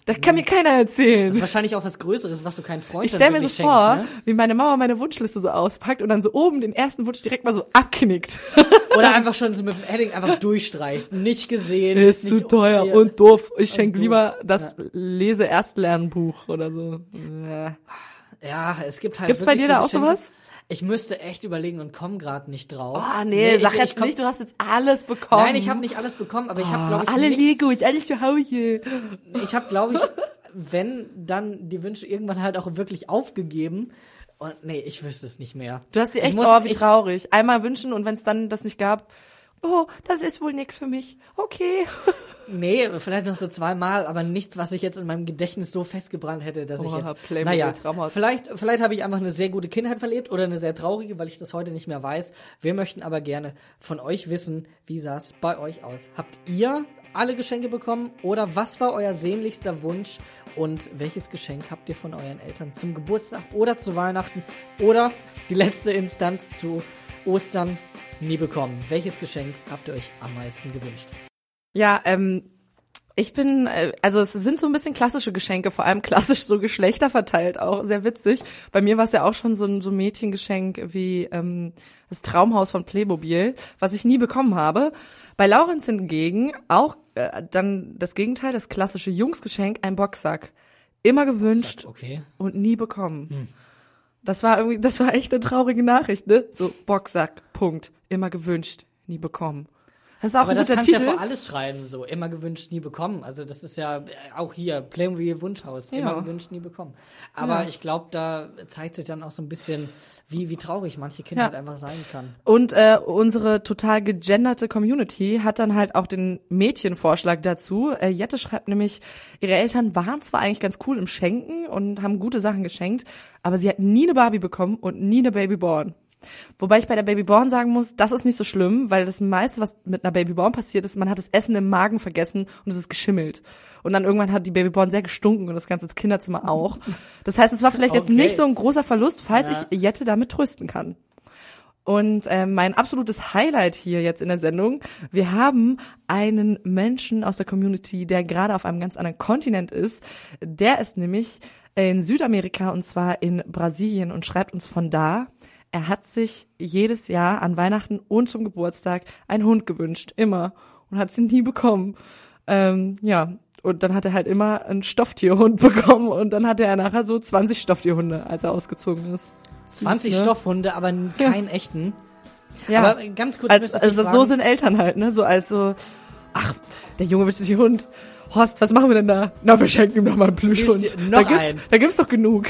Speaker 2: Das kann mir keiner
Speaker 1: Das ist
Speaker 2: erzählen.
Speaker 1: wahrscheinlich auch was Größeres, was du keinen Freund
Speaker 2: Ich
Speaker 1: dann
Speaker 2: stelle mir so
Speaker 1: wirklich
Speaker 2: vor,
Speaker 1: schenkt, ne?
Speaker 2: wie meine Mama meine Wunschliste so auspackt und dann so oben den ersten Wunsch direkt mal so abknickt.
Speaker 1: Oder einfach schon so mit dem Edding einfach durchstreicht. Nicht gesehen.
Speaker 2: Ist
Speaker 1: nicht
Speaker 2: zu teuer
Speaker 1: hier.
Speaker 2: und doof. Ich schenke
Speaker 1: doof.
Speaker 2: lieber das Lese-Erstlernbuch oder so. Ja.
Speaker 1: Ja, es gibt halt
Speaker 2: Gibt's bei
Speaker 1: wirklich
Speaker 2: dir da
Speaker 1: so
Speaker 2: auch
Speaker 1: Geschenke.
Speaker 2: sowas?
Speaker 1: Ich müsste echt überlegen und komme gerade nicht drauf.
Speaker 2: Oh, nee, sag
Speaker 1: ich,
Speaker 2: jetzt
Speaker 1: ich komm,
Speaker 2: nicht, du hast jetzt alles bekommen.
Speaker 1: Nein, ich habe nicht alles bekommen, aber ich habe, glaube ich,
Speaker 2: alle
Speaker 1: nichts,
Speaker 2: Legos, alles zu Hause.
Speaker 1: ich habe, glaube ich, wenn, dann die Wünsche irgendwann halt auch wirklich aufgegeben. Und nee, ich wüsste es nicht mehr.
Speaker 2: Du hast dir
Speaker 1: Ich
Speaker 2: echt,
Speaker 1: muss-
Speaker 2: oh, wie
Speaker 1: ich-
Speaker 2: traurig. Einmal wünschen und wenn es dann das nicht gab, oh, das ist wohl nix für mich. Okay.
Speaker 1: Nee, vielleicht noch so zweimal, aber nichts, was ich jetzt in meinem Gedächtnis so festgebrannt hätte, dass ich
Speaker 2: Oha,
Speaker 1: jetzt,
Speaker 2: Playmobil
Speaker 1: naja,
Speaker 2: Traumhaus.
Speaker 1: vielleicht, vielleicht habe ich einfach eine sehr gute Kindheit verlebt oder eine sehr traurige, weil ich das heute nicht mehr weiß. Wir möchten aber gerne von euch wissen, wie sah es bei euch aus? Habt ihr alle Geschenke bekommen oder was war euer sehnlichster Wunsch und welches Geschenk habt ihr von euren Eltern zum Geburtstag oder zu Weihnachten oder die letzte Instanz zu Ostern nie bekommen? Welches Geschenk habt ihr euch am meisten gewünscht?
Speaker 2: Ja, ähm, ich bin, äh, also es sind so ein bisschen klassische Geschenke, vor allem klassisch so Geschlechter verteilt auch, sehr witzig. Bei mir war es ja auch schon so ein so ein Mädchengeschenk wie ähm, das Traumhaus von Playmobil, was ich nie bekommen habe. Bei Laurenz hingegen auch äh, dann das Gegenteil, das klassische Jungsgeschenk, ein Boxsack. Immer gewünscht
Speaker 1: Okay.
Speaker 2: und nie bekommen. Das war irgendwie, das war echt eine traurige Nachricht, ne? So, Boxsack, Punkt. Immer gewünscht, nie bekommen. Das ist auch
Speaker 1: Aber
Speaker 2: ein
Speaker 1: das
Speaker 2: guter
Speaker 1: kannst du
Speaker 2: Titel.
Speaker 1: ja vor alles schreiben, so immer gewünscht, nie bekommen. Also das ist ja äh, auch hier Playmobil Wunschhaus,
Speaker 2: Ja.
Speaker 1: immer gewünscht, nie bekommen. Aber
Speaker 2: Ja.
Speaker 1: ich glaube, da zeigt sich dann auch so ein bisschen, wie wie traurig manche Kindheit
Speaker 2: Ja.
Speaker 1: einfach sein kann.
Speaker 2: Und äh, unsere total gegenderte Community hat dann halt auch den Mädchenvorschlag dazu. Äh, Jette schreibt nämlich, ihre Eltern waren zwar eigentlich ganz cool im Schenken und haben gute Sachen geschenkt, aber sie hat nie eine Barbie bekommen und nie eine Babyborn. Wobei ich bei der Babyborn sagen muss, das ist nicht so schlimm, weil das meiste, was mit einer Babyborn passiert ist, man hat das Essen im Magen vergessen und es ist geschimmelt. Und dann irgendwann hat die Babyborn sehr gestunken und das ganze Kinderzimmer auch. Das heißt, es war vielleicht jetzt
Speaker 1: Okay.
Speaker 2: nicht so ein großer Verlust, falls
Speaker 1: Ja.
Speaker 2: ich Jette damit trösten kann. Und äh, mein absolutes Highlight hier jetzt in der Sendung, wir haben einen Menschen aus der Community, der gerade auf einem ganz anderen Kontinent ist. Der ist nämlich in Südamerika und zwar in Brasilien und schreibt uns von da, er hat sich jedes Jahr an Weihnachten und zum Geburtstag einen Hund gewünscht, immer, und hat sie nie bekommen. Ähm, ja, und dann hat er halt immer einen Stofftierhund bekommen und dann hatte er nachher so zwanzig Stofftierhunde, als er ausgezogen ist.
Speaker 1: zwanzig
Speaker 2: Süß, ne?
Speaker 1: Stoffhunde, aber keinen echten.
Speaker 2: Ja.
Speaker 1: Aber ganz kurz,
Speaker 2: Als,
Speaker 1: müsste ich
Speaker 2: also
Speaker 1: dich
Speaker 2: so
Speaker 1: fragen,
Speaker 2: sind Eltern halt, ne? So als so, ach, der Junge wünscht sich einen Hund. Horst, was machen wir denn da? Na, wir schenken ihm doch mal einen Plüschhund.
Speaker 1: Willst du
Speaker 2: Da
Speaker 1: noch
Speaker 2: gibt's,
Speaker 1: einen?
Speaker 2: da gibt's doch genug.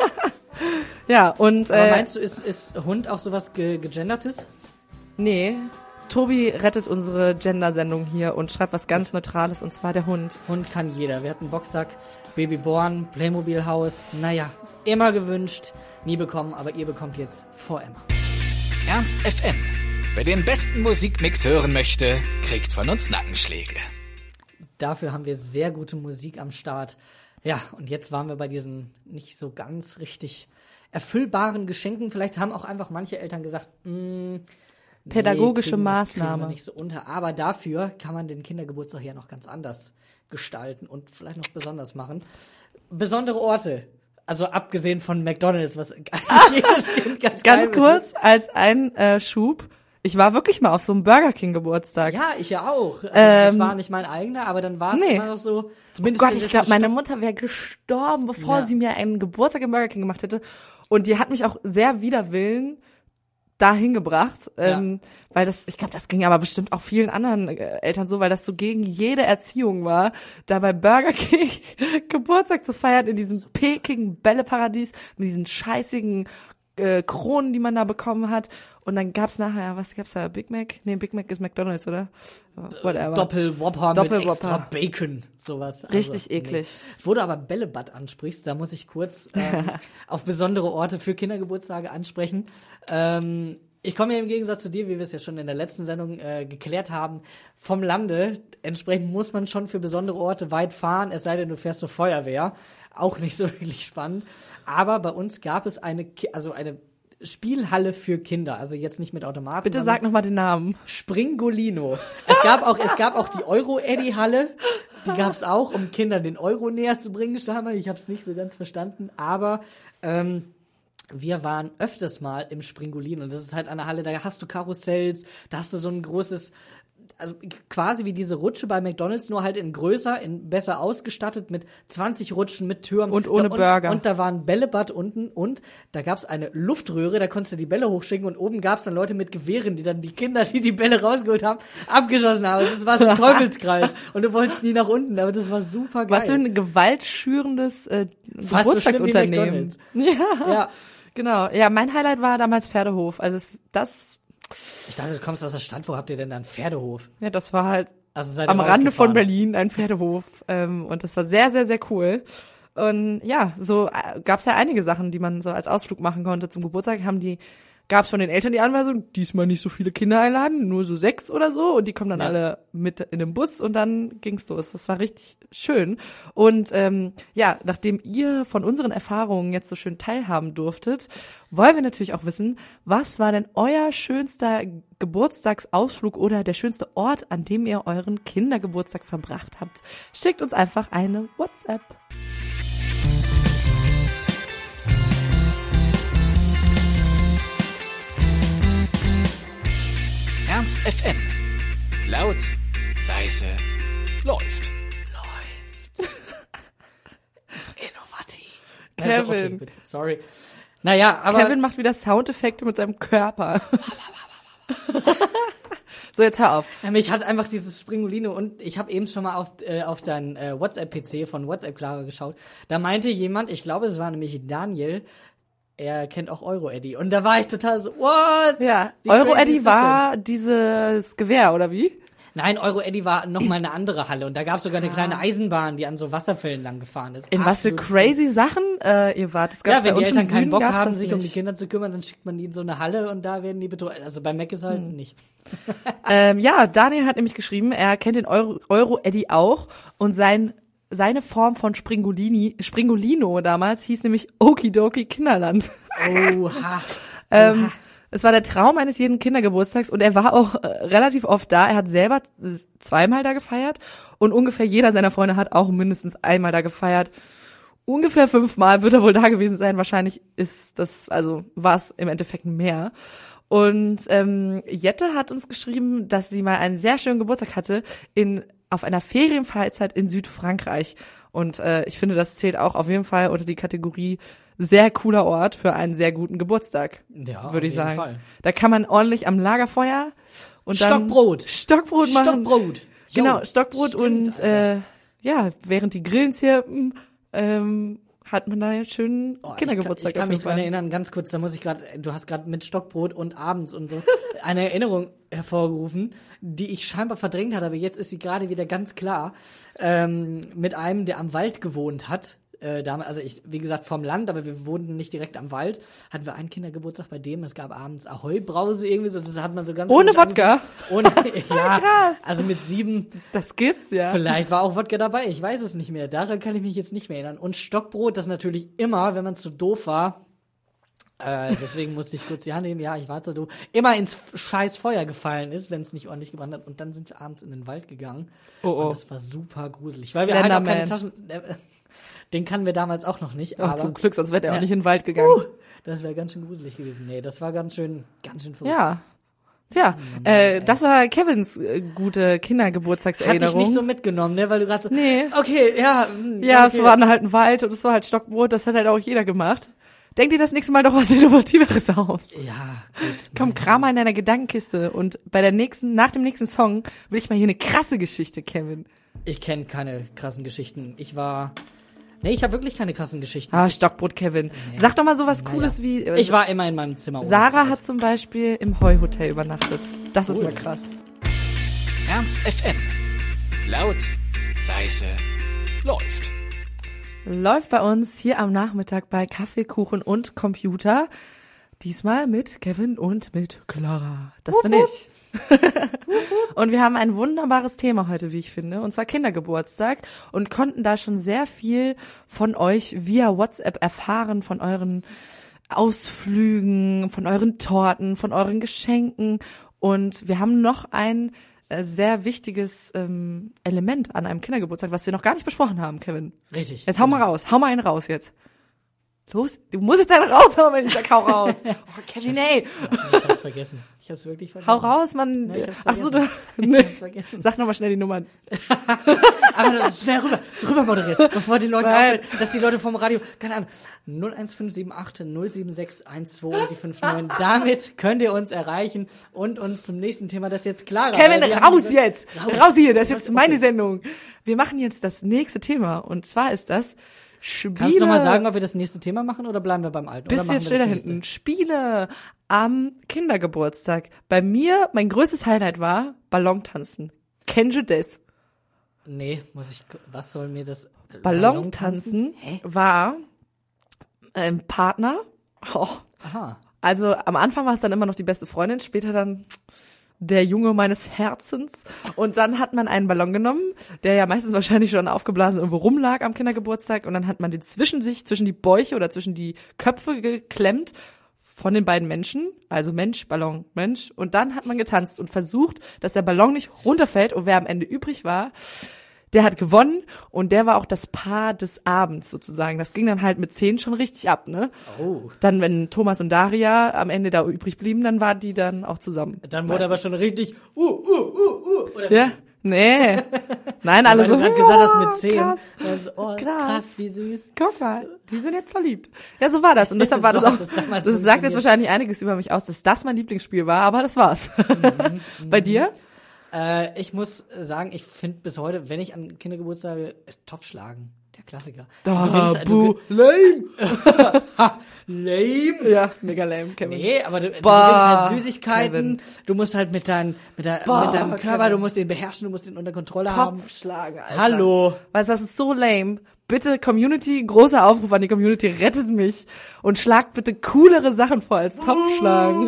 Speaker 2: Ja, und
Speaker 1: aber
Speaker 2: äh,
Speaker 1: meinst du, ist, ist Hund auch sowas ge gegendertes?
Speaker 2: nee, Tobi rettet unsere Gender-Sendung hier und schreibt was ganz Neutrales, und zwar der Hund.
Speaker 1: Hund kann jeder. Wir hatten Boxsack, Babyborn, Playmobil Haus. Naja, immer gewünscht, nie bekommen, aber ihr bekommt jetzt vor Emma.
Speaker 3: Ernst F M. Wer den besten Musikmix hören möchte, kriegt von uns Nackenschläge.
Speaker 1: Dafür haben wir sehr gute Musik am Start. Ja, und jetzt waren wir bei diesen nicht so ganz richtig erfüllbaren Geschenken. Vielleicht haben auch einfach manche Eltern gesagt, mh,
Speaker 2: Pädagogische
Speaker 1: kriegen wir-
Speaker 2: Maßnahme.
Speaker 1: kriegen wir nicht so unter. Aber dafür kann man den Kindergeburtstag ja noch ganz anders gestalten und vielleicht noch besonders machen. Besondere Orte. Also abgesehen von McDonald's, was jedes Kind ganz geil
Speaker 2: Ganz kurz, als ein äh, Schub, ich war wirklich mal auf so einem Burger King Geburtstag.
Speaker 1: Ja, ich ja auch. Also,
Speaker 2: Ähm,
Speaker 1: das war nicht mein eigener, aber dann war es
Speaker 2: nee.
Speaker 1: immer noch so.
Speaker 2: Oh
Speaker 1: Zumindest
Speaker 2: Gott,
Speaker 1: der
Speaker 2: ich
Speaker 1: letzte
Speaker 2: glaube, meine
Speaker 1: Stopp-
Speaker 2: Mutter wäre gestorben, bevor
Speaker 1: Ja.
Speaker 2: sie mir einen Geburtstag im Burger King gemacht hätte. Und die hat mich auch sehr wider Willen dahin gebracht, ähm, weil das, ich glaube, das ging aber bestimmt auch vielen anderen äh, Eltern so, weil das so gegen jede Erziehung war, da bei Burger King Geburtstag zu feiern in diesem pekigen Bälleparadies mit diesen scheißigen äh, Kronen, die man da bekommen hat. Und dann gab's nachher, was gab's da? Big Mac? Nee, Big Mac ist McDonald's, oder? Whatever.
Speaker 1: Doppel-Whopper mit
Speaker 2: Doppel-Whopper.
Speaker 1: extra Bacon, sowas. Also,
Speaker 2: Richtig eklig.
Speaker 1: Wo du aber Bällebad ansprichst, da muss ich kurz ähm, auf besondere Orte für Kindergeburtstage ansprechen. Ähm, ich komme ja im Gegensatz zu dir, wie wir es ja schon in der letzten Sendung äh, geklärt haben, vom Lande. Entsprechend muss man schon für besondere Orte weit fahren, es sei denn, du fährst zur Feuerwehr. Auch nicht so wirklich spannend. Aber bei uns gab es eine, Ki- also eine Spielhalle für Kinder, also jetzt nicht mit Automaten.
Speaker 2: Bitte sag nochmal den Namen.
Speaker 1: Springolino. Es gab auch, es gab auch die Euro-Eddy-Halle, die gab's auch, um Kindern den Euro näher zu bringen, scheinbar. Ich habe es nicht so ganz verstanden, aber ähm, wir waren öfters mal im Springolino und das ist halt eine Halle, da hast du Karussells, da hast du so ein großes, also quasi wie diese Rutsche bei McDonald's, nur halt in größer, in besser ausgestattet mit zwanzig Rutschen, mit Türen.
Speaker 2: Und ohne
Speaker 1: da, und,
Speaker 2: Burger.
Speaker 1: Und da war ein Bällebad unten und da gab's eine Luftröhre, da konntest du die Bälle hochschicken und oben gab's dann Leute mit Gewehren, die dann die Kinder, die die Bälle rausgeholt haben, abgeschossen haben. Das war so ein Teufelskreis und du wolltest nie nach unten, aber das war super geil.
Speaker 2: Was für ein gewaltschürendes äh,
Speaker 1: Fast
Speaker 2: Geburtstagsunternehmen.
Speaker 1: So schlimm wie McDonald's.
Speaker 2: Ja,
Speaker 1: Ja.
Speaker 2: genau. Ja, mein Highlight war damals Pferdehof. Also es, das,
Speaker 1: Ich dachte, du kommst aus der Stadt, wo habt ihr denn da einen Pferdehof?
Speaker 2: ja, das war halt
Speaker 1: Also seid ihr
Speaker 2: am Rande von
Speaker 1: rausgefahren?
Speaker 2: Berlin ein Pferdehof. Ähm, und das war sehr, sehr, sehr cool. Und ja, so äh, gab's ja einige Sachen, die man so als Ausflug machen konnte. Zum Geburtstag haben die, gab's von den Eltern die Anweisung, diesmal nicht so viele Kinder einladen, nur so sechs oder so. Und die kommen dann
Speaker 1: Ja.
Speaker 2: alle mit in den Bus und dann ging's los. Das war richtig schön. Und ähm, ja, nachdem ihr von unseren Erfahrungen jetzt so schön teilhaben durftet, wollen wir natürlich auch wissen, was war denn euer schönster Geburtstagsausflug oder der schönste Ort, an dem ihr euren Kindergeburtstag verbracht habt? Schickt uns einfach eine WhatsApp.
Speaker 3: Ernst F M. Laut, leise, läuft.
Speaker 1: Innovativ.
Speaker 2: Kevin.
Speaker 1: Also, okay, gut, sorry. Naja, aber
Speaker 2: Kevin macht wieder Soundeffekte mit seinem Körper. So, jetzt hör auf.
Speaker 1: Ja, mich hat einfach dieses Springolino und ich habe eben schon mal auf, äh, auf deinen äh, WhatsApp-P C von WhatsApp Clara geschaut. Da meinte jemand, ich glaube, es war nämlich Daniel, er kennt auch Euro-Eddy. Und da war ich total so, what?
Speaker 2: Ja,
Speaker 1: Wie crazy
Speaker 2: Euro-Eddy
Speaker 1: ist das
Speaker 2: war dieses Gewehr, oder wie?
Speaker 1: Nein, Euro-Eddy war nochmal eine andere Halle und da gab es sogar eine kleine Eisenbahn, die an so Wasserfällen lang gefahren ist.
Speaker 2: In was für
Speaker 1: Absolut
Speaker 2: crazy Sachen äh, ihr wart. Es gab
Speaker 1: Ja, wenn
Speaker 2: bei
Speaker 1: die
Speaker 2: uns im
Speaker 1: Eltern keinen
Speaker 2: Süden
Speaker 1: Bock
Speaker 2: gab's
Speaker 1: haben,
Speaker 2: das
Speaker 1: sich um die
Speaker 2: nicht.
Speaker 1: Kinder zu kümmern, dann schickt man die in so eine Halle und da werden die betreut. Also bei Mac ist halt
Speaker 2: Hm.
Speaker 1: nicht.
Speaker 2: Ähm, ja, Daniel hat nämlich geschrieben, er kennt den Euro- Euro-Eddy auch und sein seine Form von Springolini, Springolino damals hieß nämlich Okidoki Kinderland.
Speaker 1: Oha.
Speaker 2: Ähm, es war der Traum eines jeden Kindergeburtstags und er war auch äh, relativ oft da. Er hat selber äh, zweimal da gefeiert und ungefähr jeder seiner Freunde hat auch mindestens einmal da gefeiert. Ungefähr fünfmal wird er wohl da gewesen sein. Wahrscheinlich ist das, also war es im Endeffekt mehr. Und ähm, Jette hat uns geschrieben, dass sie mal einen sehr schönen Geburtstag hatte in auf einer Ferienfreizeit in Südfrankreich. Und äh, ich finde, das zählt auch auf jeden Fall unter die Kategorie sehr cooler Ort für einen sehr guten Geburtstag,
Speaker 1: Ja,
Speaker 2: würde ich
Speaker 1: auf jeden
Speaker 2: sagen.
Speaker 1: Fall.
Speaker 2: Da kann man ordentlich am Lagerfeuer und dann
Speaker 1: Stockbrot.
Speaker 2: Stockbrot machen.
Speaker 1: Stockbrot. Jo,
Speaker 2: Genau, Stockbrot
Speaker 1: stimmt,
Speaker 2: und
Speaker 1: Alter.
Speaker 2: äh, ja, während die Grillen zirpen, ähm, hat man da jetzt schönen
Speaker 1: Oh,
Speaker 2: Kindergeburtstag.
Speaker 1: Ich kann, ich kann
Speaker 2: auf
Speaker 1: mich
Speaker 2: jeden
Speaker 1: dran
Speaker 2: Fall.
Speaker 1: erinnern, ganz kurz, da muss ich gerade, du hast gerade mit Stockbrot und abends und so eine Erinnerung hervorgerufen, die ich scheinbar verdrängt hatte, aber jetzt ist sie gerade wieder ganz klar, ähm, mit einem, der am Wald gewohnt hat. Äh, damals, also ich, wie gesagt, vom Land, aber wir wohnten nicht direkt am Wald, hatten wir einen Kindergeburtstag bei dem, es gab abends Ahoi-Brause irgendwie, so, das hat man so ganz
Speaker 2: Ohne
Speaker 1: komisch
Speaker 2: Wodka?
Speaker 1: angefangen. Ohne, ja,
Speaker 2: Krass.
Speaker 1: also mit sieben,
Speaker 2: Das gibt's ja.
Speaker 1: vielleicht war auch Wodka dabei, ich weiß es nicht mehr. Daran kann ich mich jetzt nicht mehr erinnern. Und Stockbrot, das natürlich immer, wenn man zu doof war, äh, deswegen musste ich kurz die Hand nehmen, ja, ich war zu doof, immer ins scheiß Feuer gefallen ist, wenn es nicht ordentlich gebrannt hat. Und dann sind wir abends in den Wald gegangen.
Speaker 2: Oh, oh.
Speaker 1: Und das war super gruselig. Weil wir halt auch keine
Speaker 2: Slenderman.
Speaker 1: Taschen... Äh, den kannten wir damals auch noch nicht,
Speaker 2: Ach,
Speaker 1: aber
Speaker 2: zum Glück, sonst wäre er
Speaker 1: Ja.
Speaker 2: auch nicht in den Wald gegangen.
Speaker 1: uh, das wäre ganz schön gruselig gewesen. Nee, das war ganz schön, ganz schön verrückt.
Speaker 2: Ja. Tja, äh, das war Kevins äh, gute
Speaker 1: Hat dich
Speaker 2: Kindergeburtstagserinnerung.
Speaker 1: nicht so mitgenommen, ne? Weil du gerade so,
Speaker 2: Nee.
Speaker 1: okay, ja. hm,
Speaker 2: Ja,
Speaker 1: okay.
Speaker 2: es war halt ein Wald und es war halt Stockbrot, das hat halt auch jeder gemacht. Denk dir das nächste Mal doch was Innovativeres aus.
Speaker 1: Ja, gut.
Speaker 2: Komm, kram mal in deiner Gedankenkiste und bei der nächsten, nach dem nächsten Song will ich mal hier eine krasse Geschichte, Kevin.
Speaker 1: Ich kenne keine krassen Geschichten. Ich war... Nee, ich habe wirklich keine krassen Geschichten.
Speaker 2: Ah, Stockbrot, Kevin. Sag doch mal sowas Cooles wie, äh,
Speaker 1: Ich war immer in meinem Zimmer. ohne
Speaker 2: Sarah
Speaker 1: Zeit.
Speaker 2: hat zum Beispiel im Heu-Hotel übernachtet. Das ist
Speaker 1: Cool.
Speaker 2: mal krass.
Speaker 3: Ernst F M. Laut, leise, läuft.
Speaker 2: Läuft bei uns hier am Nachmittag bei Kaffee, Kuchen und Computer. Diesmal mit Kevin und mit Clara. Das bin ich. Und wir haben ein wunderbares Thema heute, wie ich finde, und zwar Kindergeburtstag und konnten da schon sehr viel von euch via WhatsApp erfahren, von euren Ausflügen, von euren Torten, von euren Geschenken. Und wir haben noch ein äh, sehr wichtiges ähm, Element an einem Kindergeburtstag, was wir noch gar nicht besprochen haben, Kevin.
Speaker 1: Richtig.
Speaker 2: Jetzt hau mal raus, hau mal einen raus jetzt. Los, du musst jetzt einen raushauen, wenn ich sag, hau raus. Oh, Kevin, ey.
Speaker 1: Ich hab's vergessen. Ich hab's wirklich vergessen.
Speaker 2: Hau raus, Mann.
Speaker 1: Ja, ich hab's
Speaker 2: Ach so, du,
Speaker 1: vergessen.
Speaker 2: nee.
Speaker 1: Ich hab's vergessen.
Speaker 2: Sag nochmal schnell die Nummern.
Speaker 1: Aber das ist schnell rüber, rüber moderiert, bevor die Leute
Speaker 2: Nein.
Speaker 1: auffällt, dass die Leute vom Radio, keine Ahnung, null eins fünf sieben acht null sieben sechs eins zwei und die fünf neun. Damit könnt ihr uns erreichen und uns zum nächsten Thema, das jetzt klarer.
Speaker 2: Kevin,
Speaker 1: weil wir haben
Speaker 2: raus
Speaker 1: gesagt-
Speaker 2: jetzt.
Speaker 1: Raus.
Speaker 2: Raus hier, das ist jetzt
Speaker 1: Okay.
Speaker 2: meine Sendung. Wir machen jetzt das nächste Thema. Und zwar ist das Spiele.
Speaker 1: Kannst du nochmal sagen, ob wir das nächste Thema machen oder bleiben wir beim alten? Oder
Speaker 2: Bist du
Speaker 1: machen
Speaker 2: jetzt
Speaker 1: wir
Speaker 2: still da
Speaker 1: das
Speaker 2: hinten?
Speaker 1: nächste?
Speaker 2: Spiele am Kindergeburtstag. Bei mir, mein größtes Highlight war Ballontanzen. Kennst du das?
Speaker 1: Nee, muss ich, was soll mir das? äh,
Speaker 2: Ballontanzen
Speaker 1: Hä?
Speaker 2: war ein Partner. Oh.
Speaker 1: Aha.
Speaker 2: Also am Anfang war es dann immer noch die beste Freundin, später dann der Junge meines Herzens. Und dann hat man einen Ballon genommen, der ja meistens wahrscheinlich schon aufgeblasen irgendwo rumlag am Kindergeburtstag. Und dann hat man den zwischen sich, zwischen die Bäuche oder zwischen die Köpfe geklemmt von den beiden Menschen. Also Mensch, Ballon, Mensch. Und dann hat man getanzt und versucht, dass der Ballon nicht runterfällt. Und wer am Ende übrig war, der hat gewonnen. Und der war auch das Paar des Abends sozusagen. Das ging dann halt mit zehn schon richtig ab, ne?
Speaker 1: Oh.
Speaker 2: Dann, wenn Thomas und Daria am Ende da übrig blieben, dann waren die dann auch zusammen.
Speaker 1: Dann wurde aber schon richtig, uh, uh, uh, uh, oder
Speaker 2: Ja? Nee. Nein, alle
Speaker 1: Weil
Speaker 2: so.
Speaker 1: du gerade gesagt hast
Speaker 2: oh,
Speaker 1: mit zehn.
Speaker 2: Krass.
Speaker 1: Also, oh, krass.
Speaker 2: Krass.
Speaker 1: wie süß.
Speaker 2: Guck mal, die sind jetzt verliebt. Ja, so war das. Und deshalb war das
Speaker 1: So
Speaker 2: auch,
Speaker 1: hat das damals
Speaker 2: das sagt jetzt
Speaker 1: funktioniert.
Speaker 2: wahrscheinlich einiges über mich aus, dass das mein Lieblingsspiel war, aber das war's. Bei dir?
Speaker 1: Äh, ich muss sagen, ich finde bis heute, wenn ich an Kindergeburtstage, äh, Topf schlagen. Der Klassiker. Du gewinnst- du ge-
Speaker 2: lame.
Speaker 1: Lame.
Speaker 2: Ja, mega lame, Kevin.
Speaker 1: Nee, aber du, du
Speaker 2: Boah,
Speaker 1: gewinnst halt Süßigkeiten.
Speaker 2: Kevin.
Speaker 1: Du musst halt mit, dein, mit, dein,
Speaker 2: Boah,
Speaker 1: mit deinem Körper,
Speaker 2: Kevin.
Speaker 1: du musst den beherrschen, du musst den unter Kontrolle haben.
Speaker 2: Topf schlagen, Alter.
Speaker 1: Hallo.
Speaker 2: Weißt du, das ist so lame. Bitte Community, großer Aufruf an die Community, rettet mich und schlagt bitte coolere Sachen vor als Topf schlagen.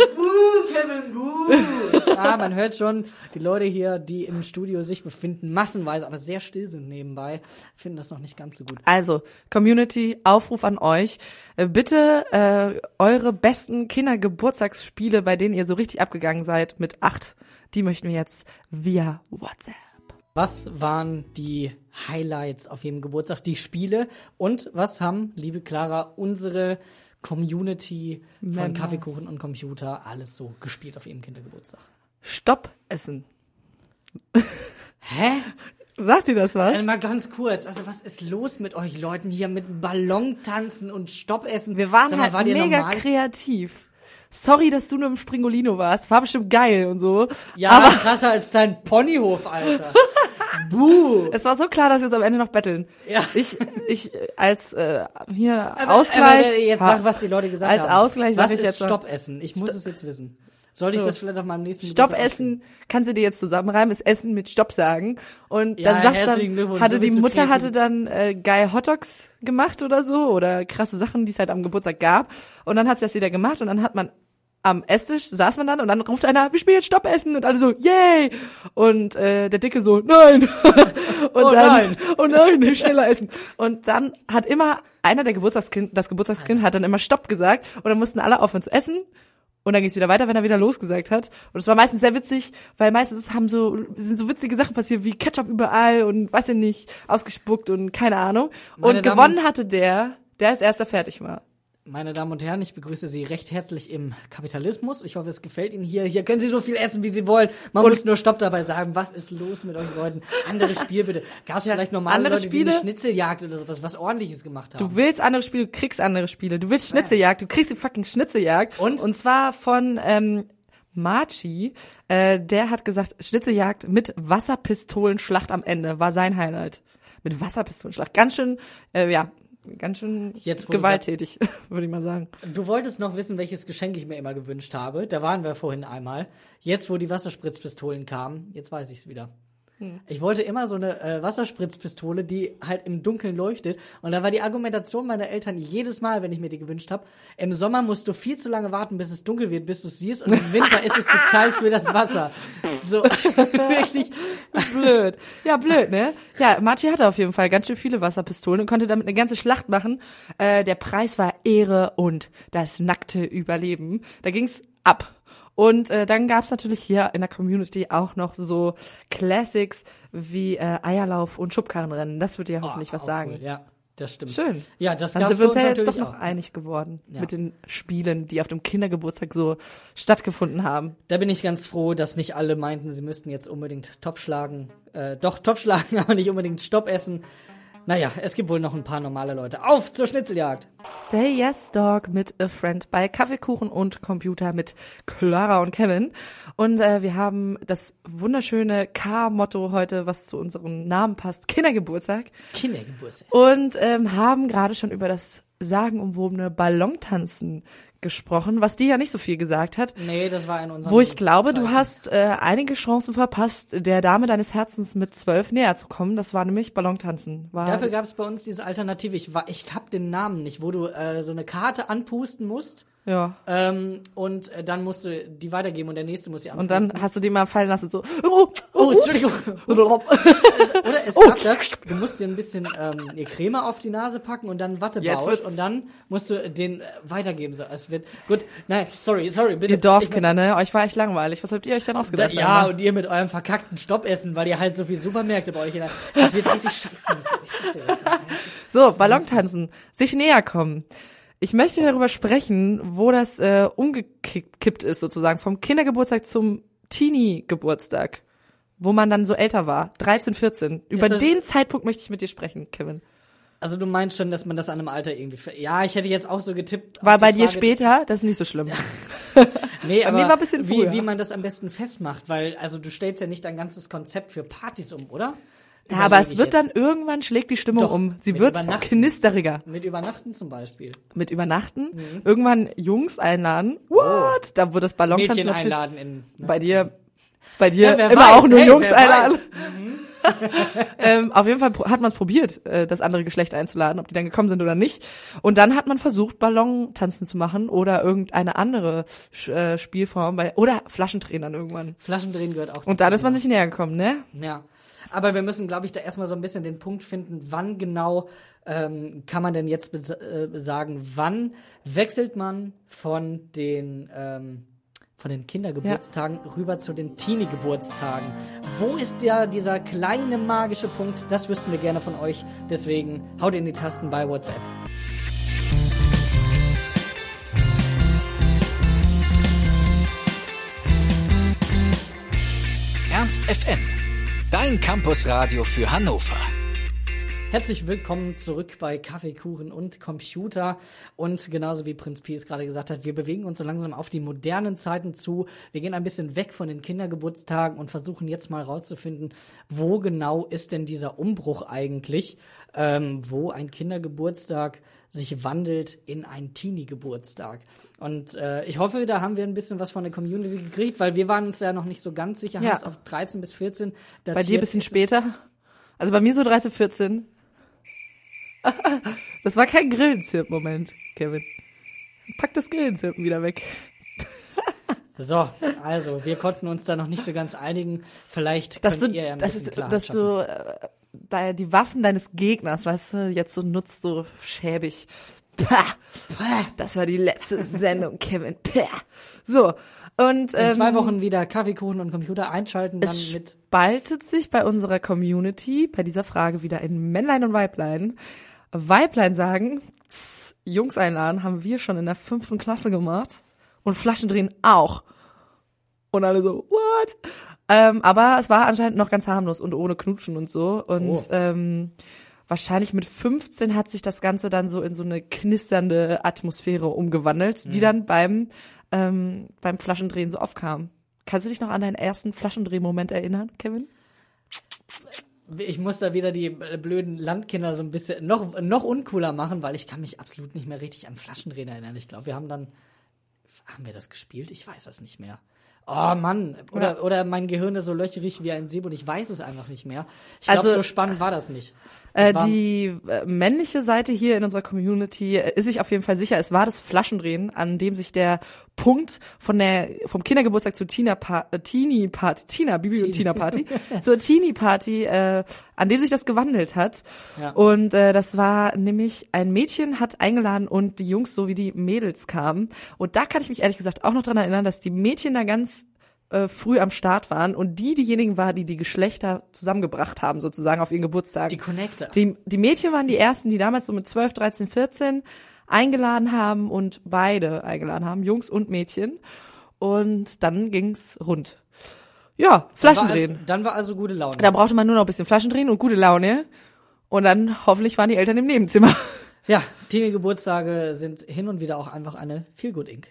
Speaker 1: Kevin, gut. Ah, man hört schon, die Leute hier, die im Studio sich befinden, massenweise, aber sehr still sind nebenbei, finden das noch nicht ganz so gut.
Speaker 2: Also, Community, Aufruf an euch. Äh, Bitte äh, eure besten Kindergeburtstagsspiele, bei denen ihr so richtig abgegangen seid, mit acht, die möchten wir jetzt via WhatsApp.
Speaker 1: Was waren die Highlights auf jedem Geburtstag, die Spiele? Und was haben, liebe Clara, unsere Community von
Speaker 2: Members.
Speaker 1: Kaffeekuchen und Computer alles so gespielt auf ihrem Kindergeburtstag?
Speaker 2: Stopp essen.
Speaker 1: Hä?
Speaker 2: Sagt ihr das was?
Speaker 1: Also mal ganz kurz, also was ist los mit euch Leuten hier mit Ballontanzen und Stoppessen?
Speaker 2: Wir waren
Speaker 1: Sag mal,
Speaker 2: halt
Speaker 1: wart ihr
Speaker 2: mega
Speaker 1: normal?
Speaker 2: kreativ. Sorry, dass du nur im Springolino warst. War bestimmt geil und so.
Speaker 1: Ja,
Speaker 2: aber
Speaker 1: krasser als dein Ponyhof, Alter. Buh.
Speaker 2: es war so klar, dass wir uns am Ende noch betteln.
Speaker 1: Ja.
Speaker 2: Ich, ich äh, als äh, hier
Speaker 1: Aber-
Speaker 2: Ausgleich.
Speaker 1: aber jetzt sag, was die Leute gesagt
Speaker 2: als
Speaker 1: haben.
Speaker 2: Ausgleich sag
Speaker 1: was
Speaker 2: ich
Speaker 1: ist
Speaker 2: jetzt mal-
Speaker 1: Stoppessen? Ich muss es jetzt wissen. Sollte ich
Speaker 2: So.
Speaker 1: das vielleicht auf meinem nächsten
Speaker 2: Stopp
Speaker 1: Geburtstag
Speaker 2: essen, kannst du dir jetzt zusammenreimen, ist Essen mit Stopp sagen. Und
Speaker 1: Ja,
Speaker 2: dann sagst
Speaker 1: herzlichen
Speaker 2: dann,
Speaker 1: Glückwunsch,
Speaker 2: hatte
Speaker 1: so
Speaker 2: die
Speaker 1: viel zu
Speaker 2: Mutter
Speaker 1: kreativ.
Speaker 2: hatte dann äh, geil Hotdogs gemacht oder so oder krasse Sachen, die es halt am Geburtstag gab. Und dann hat sie das wieder gemacht und dann hat man am Esstisch saß man dann und dann ruft einer, wir spielen jetzt Stopp essen und alle so, yay! Und äh, der Dicke so, nein! und
Speaker 1: Oh
Speaker 2: dann,
Speaker 1: nein.
Speaker 2: oh nein, nicht schneller essen. Und dann hat immer einer der Geburtstagskind, das Geburtstagskind hat dann immer Stopp gesagt und dann mussten alle aufhören zu essen. Und dann ging es wieder weiter, wenn er wieder losgesagt hat. Und es war meistens sehr witzig, weil meistens haben so, sind so witzige Sachen passiert, wie Ketchup überall und weiß ich nicht, ausgespuckt und keine Ahnung.
Speaker 1: Meine
Speaker 2: und
Speaker 1: Damen-
Speaker 2: gewonnen hatte der, der als erster fertig war.
Speaker 1: Meine Damen und Herren, ich begrüße Sie recht herzlich im Kapitalismus. Ich hoffe, es gefällt Ihnen hier. Hier können Sie so viel essen, wie Sie wollen. Man
Speaker 2: Und-
Speaker 1: muss nur Stopp dabei sagen. Was ist los mit euch Leuten? Anderes Spiel bitte. Gab es
Speaker 2: Ja,
Speaker 1: vielleicht normale
Speaker 2: andere
Speaker 1: Leute, die
Speaker 2: Spiele?
Speaker 1: eine Schnitzeljagd oder sowas, was Ordentliches gemacht haben?
Speaker 2: Du willst andere Spiele, du kriegst andere Spiele. Du willst Schnitzeljagd, du kriegst die fucking Schnitzeljagd.
Speaker 1: Und?
Speaker 2: Und zwar von ähm, Marci. Äh, der hat gesagt, Schnitzeljagd mit Wasserpistolenschlacht am Ende war sein Highlight. Mit Wasserpistolenschlacht. Ganz schön, äh, ja, ganz schön
Speaker 1: Jetzt, wo du
Speaker 2: gewalttätig, würde ich mal sagen.
Speaker 1: Du wolltest noch wissen, welches Geschenk ich mir immer gewünscht habe. Da waren wir vorhin einmal. Jetzt, wo die Wasserspritzpistolen kamen, jetzt weiß ich's wieder. Hm. Ich wollte immer so eine äh, Wasserspritzpistole, die halt im Dunkeln leuchtet. Und da war die Argumentation meiner Eltern jedes Mal, wenn ich mir die gewünscht habe, im Sommer musst du viel zu lange warten, bis es dunkel wird, bis du es siehst. Und im Winter ist es zu kalt für das Wasser. So, wirklich
Speaker 2: blöd. Ja, blöd, ne? Ja, Marci hatte auf jeden Fall ganz schön viele Wasserpistolen und konnte damit eine ganze Schlacht machen. Äh, der Preis war Ehre und das nackte Überleben. Da ging's ab. Und äh, dann gab's natürlich hier in der Community auch noch so Classics wie äh, Eierlauf und Schubkarrenrennen. Das wird dir hoffentlich
Speaker 1: oh,
Speaker 2: was sagen.
Speaker 1: Cool. Ja, das stimmt.
Speaker 2: Schön.
Speaker 1: Ja, das
Speaker 2: Dann
Speaker 1: gab's
Speaker 2: sind wir uns
Speaker 1: für
Speaker 2: ja
Speaker 1: uns
Speaker 2: jetzt doch
Speaker 1: natürlich
Speaker 2: noch
Speaker 1: auch.
Speaker 2: einig geworden
Speaker 1: Ja.
Speaker 2: mit den Spielen, die auf dem Kindergeburtstag so stattgefunden haben.
Speaker 1: Da bin ich ganz froh, dass nicht alle meinten, sie müssten jetzt unbedingt Topf schlagen. Äh, doch, Topf schlagen, aber nicht unbedingt Stopp essen. Naja, es gibt wohl noch ein paar normale Leute. Auf zur Schnitzeljagd!
Speaker 2: Say Yes Dog mit A Friend bei Kaffeekuchen und Computer mit Clara und Kevin. Und äh, wir haben das wunderschöne K-Motto heute, was zu unserem Namen passt, Kindergeburtstag.
Speaker 1: Kindergeburtstag.
Speaker 2: Und ähm, haben gerade schon über das sagenumwobene Ballontanzen gesprochen, was die ja nicht so viel gesagt hat.
Speaker 1: Nee, das war in unserem...
Speaker 2: Wo ich glaube, du
Speaker 1: Kreisen.
Speaker 2: hast äh, einige Chancen verpasst, der Dame deines Herzens mit zwölf näher zu kommen. Das war nämlich Ballontanzen. War
Speaker 1: Dafür gab es bei uns diese Alternative. Ich, war, ich hab den Namen nicht, wo du äh, so eine Karte anpusten musst.
Speaker 2: ja.
Speaker 1: Ähm, und äh, dann musst du die weitergeben und der nächste muss sie
Speaker 2: Und
Speaker 1: anpusten.
Speaker 2: dann hast du die mal fallen lassen, so, oh,
Speaker 1: Oh,
Speaker 2: ups.
Speaker 1: Entschuldigung.
Speaker 2: Oder
Speaker 1: es
Speaker 2: Oh.
Speaker 1: gab das, du musst dir ein bisschen ähm, eine Creme auf die Nase packen und dann
Speaker 2: Jetzt
Speaker 1: Wattebausch
Speaker 2: wird's-
Speaker 1: und dann musst du den äh, weitergeben. So, es wird gut. Nein, sorry, sorry, bitte.
Speaker 2: Ihr Dorfkinder, ne? Euch war echt langweilig. Was habt ihr euch denn
Speaker 1: Da,
Speaker 2: ausgedacht?
Speaker 1: ja,
Speaker 2: einmal?
Speaker 1: und ihr mit eurem verkackten Stoppessen, weil ihr halt so viel Supermärkte bei euch in der, das wird richtig scheiße. Ich sag dir das.
Speaker 2: So, Ballontanzen. Sich näher kommen. Ich möchte darüber sprechen, wo das äh, umgekippt ist, sozusagen. Vom Kindergeburtstag zum Teenie-Geburtstag. Wo man dann so älter war. dreizehn, vierzehn. Über
Speaker 1: das-
Speaker 2: den Zeitpunkt möchte ich mit dir sprechen, Kevin.
Speaker 1: Also du meinst schon, dass man das an einem Alter irgendwie, ver- ja, ich hätte jetzt auch so getippt.
Speaker 2: War
Speaker 1: auf die
Speaker 2: bei dir
Speaker 1: Frage-
Speaker 2: später? Das ist nicht so schlimm.
Speaker 1: Nee,
Speaker 2: Bei
Speaker 1: aber
Speaker 2: mir war ein bisschen
Speaker 1: wie,
Speaker 2: früher.
Speaker 1: wie man das am besten festmacht, weil, also du stellst ja nicht dein ganzes Konzept für Partys um, oder?
Speaker 2: Ja, aber es
Speaker 1: Überlege ich
Speaker 2: wird
Speaker 1: jetzt.
Speaker 2: dann irgendwann schlägt die Stimmung
Speaker 1: Doch,
Speaker 2: um. Sie
Speaker 1: mit
Speaker 2: wird
Speaker 1: Übernachten.
Speaker 2: knisteriger.
Speaker 1: Mit Übernachten zum Beispiel.
Speaker 2: Mit Übernachten.
Speaker 1: Mhm.
Speaker 2: Irgendwann Jungs einladen. What? Da wird das Ballontanzen
Speaker 1: Mädchen
Speaker 2: natürlich.
Speaker 1: einladen in, ne?
Speaker 2: Bei dir, bei dir
Speaker 1: Ja, wer
Speaker 2: immer
Speaker 1: weiß,
Speaker 2: auch nur
Speaker 1: hey,
Speaker 2: Jungs
Speaker 1: wer
Speaker 2: einladen.
Speaker 1: weiß.
Speaker 2: ähm, auf jeden Fall pro- hat man es probiert, äh, das andere Geschlecht einzuladen, ob die dann gekommen sind oder nicht. Und dann hat man versucht, Ballontanzen zu machen oder irgendeine andere Sch- äh, Spielform bei oder Flaschendrehen dann irgendwann.
Speaker 1: Flaschendrehen gehört auch
Speaker 2: Und dann
Speaker 1: dazu,
Speaker 2: ist man sich näher gekommen, ne?
Speaker 1: Ja. Aber wir müssen, glaube ich, da erstmal so ein bisschen den Punkt finden, wann genau ähm, kann man denn jetzt bes- äh, sagen, wann wechselt man von den ähm, von den Kindergeburtstagen rüber zu den Teenie-Geburtstagen. Wo ist ja dieser kleine magische Punkt? Das wüssten wir gerne von euch. Deswegen haut in die Tasten bei WhatsApp.
Speaker 3: Ernst F M. Dein Campusradio für Hannover.
Speaker 1: Herzlich willkommen zurück bei Kaffee, Kuchen und Computer. Und genauso wie Prinz Pi es gerade gesagt hat, wir bewegen uns so langsam auf die modernen Zeiten zu. Wir gehen ein bisschen weg von den Kindergeburtstagen und versuchen jetzt mal rauszufinden, wo genau ist denn dieser Umbruch eigentlich, ähm, wo ein Kindergeburtstag sich wandelt in einen Teenie-Geburtstag. Und äh, ich hoffe, da haben wir ein bisschen was von der Community gekriegt, weil wir waren uns ja noch nicht so ganz sicher,
Speaker 2: Ja.
Speaker 1: haben es auf dreizehn bis vierzehn datiert.
Speaker 2: Bei dir ein bisschen
Speaker 1: Ist es-
Speaker 2: später. Also bei mir so dreizehn, vierzehn. Das war kein Grillenzirpen-Moment, Kevin. Pack das Grillenzirpen wieder weg.
Speaker 1: So, also, wir konnten uns da noch nicht so ganz einigen. Vielleicht
Speaker 2: Dass
Speaker 1: könnt
Speaker 2: du,
Speaker 1: ihr ja ein
Speaker 2: das
Speaker 1: bisschen
Speaker 2: ist,
Speaker 1: Klarheit
Speaker 2: dass
Speaker 1: schaffen.
Speaker 2: du äh, da die Waffen deines Gegners, weißt du, jetzt so nutzt, so schäbig. Pah, pah, das war die letzte Sendung, Kevin. Pah. So, und
Speaker 1: In
Speaker 2: ähm,
Speaker 1: zwei Wochen wieder Kaffee, Kuchen und Computer einschalten, dann
Speaker 2: es
Speaker 1: mit.
Speaker 2: spaltet sich bei unserer Community bei dieser Frage wieder in Männlein und Weiblein. Weiblein sagen, tss, Jungs einladen haben wir schon in der fünften Klasse gemacht und Flaschendrehen auch. Und alle so, what? Ähm, aber es war anscheinend noch ganz harmlos und ohne Knutschen und so. Und
Speaker 1: Oh.
Speaker 2: ähm, wahrscheinlich mit fünfzehn hat sich das Ganze dann so in so eine knisternde Atmosphäre umgewandelt, die dann beim ähm, beim Flaschendrehen so aufkam. Kannst du dich noch an deinen ersten Flaschendrehmoment erinnern, Kevin?
Speaker 1: Ich muss da wieder die äh, blöden Landkinder so ein bisschen noch, noch uncooler machen, weil ich kann mich absolut nicht mehr richtig an Flaschendrehen erinnern. Ich glaube, wir haben dann, haben wir das gespielt? Ich weiß es nicht mehr. Oh Mann, oder
Speaker 2: Ja.
Speaker 1: oder mein Gehirn ist so löcherig wie ein Sieb und ich weiß es einfach nicht mehr. Ich glaube,
Speaker 2: Also-
Speaker 1: so spannend war das nicht.
Speaker 2: Äh,
Speaker 1: Das war-
Speaker 2: die äh, männliche Seite hier in unserer Community äh, ist sich auf jeden Fall sicher, es war das Flaschendrehen, an dem sich der Punkt von der vom Kindergeburtstag zur Tina pa äh, Teenie Party, Tina, Bibi und Tina Party, zur Teenie Party, äh, an dem sich das gewandelt hat.
Speaker 1: Ja.
Speaker 2: Und äh, das war nämlich, ein Mädchen hat eingeladen und die Jungs sowie die Mädels kamen. Und da kann ich mich ehrlich gesagt auch noch dran erinnern, dass die Mädchen da ganz äh, früh am Start waren und die diejenigen waren, die die Geschlechter zusammengebracht haben, sozusagen auf ihren Geburtstag.
Speaker 1: Die Connector.
Speaker 2: Die, die Mädchen waren die ersten, die damals so mit zwölf, dreizehn, vierzehn eingeladen haben und beide eingeladen haben, Jungs und Mädchen. Und dann ging's rund. Ja, Flaschendrehen.
Speaker 1: Dann war also, dann war also gute Laune.
Speaker 2: Da brauchte man nur noch ein bisschen Flaschendrehen und gute Laune. Und dann hoffentlich waren die Eltern im Nebenzimmer.
Speaker 1: Ja, Teenie-Geburtstage sind hin und wieder auch einfach eine Feel-Good-Inc.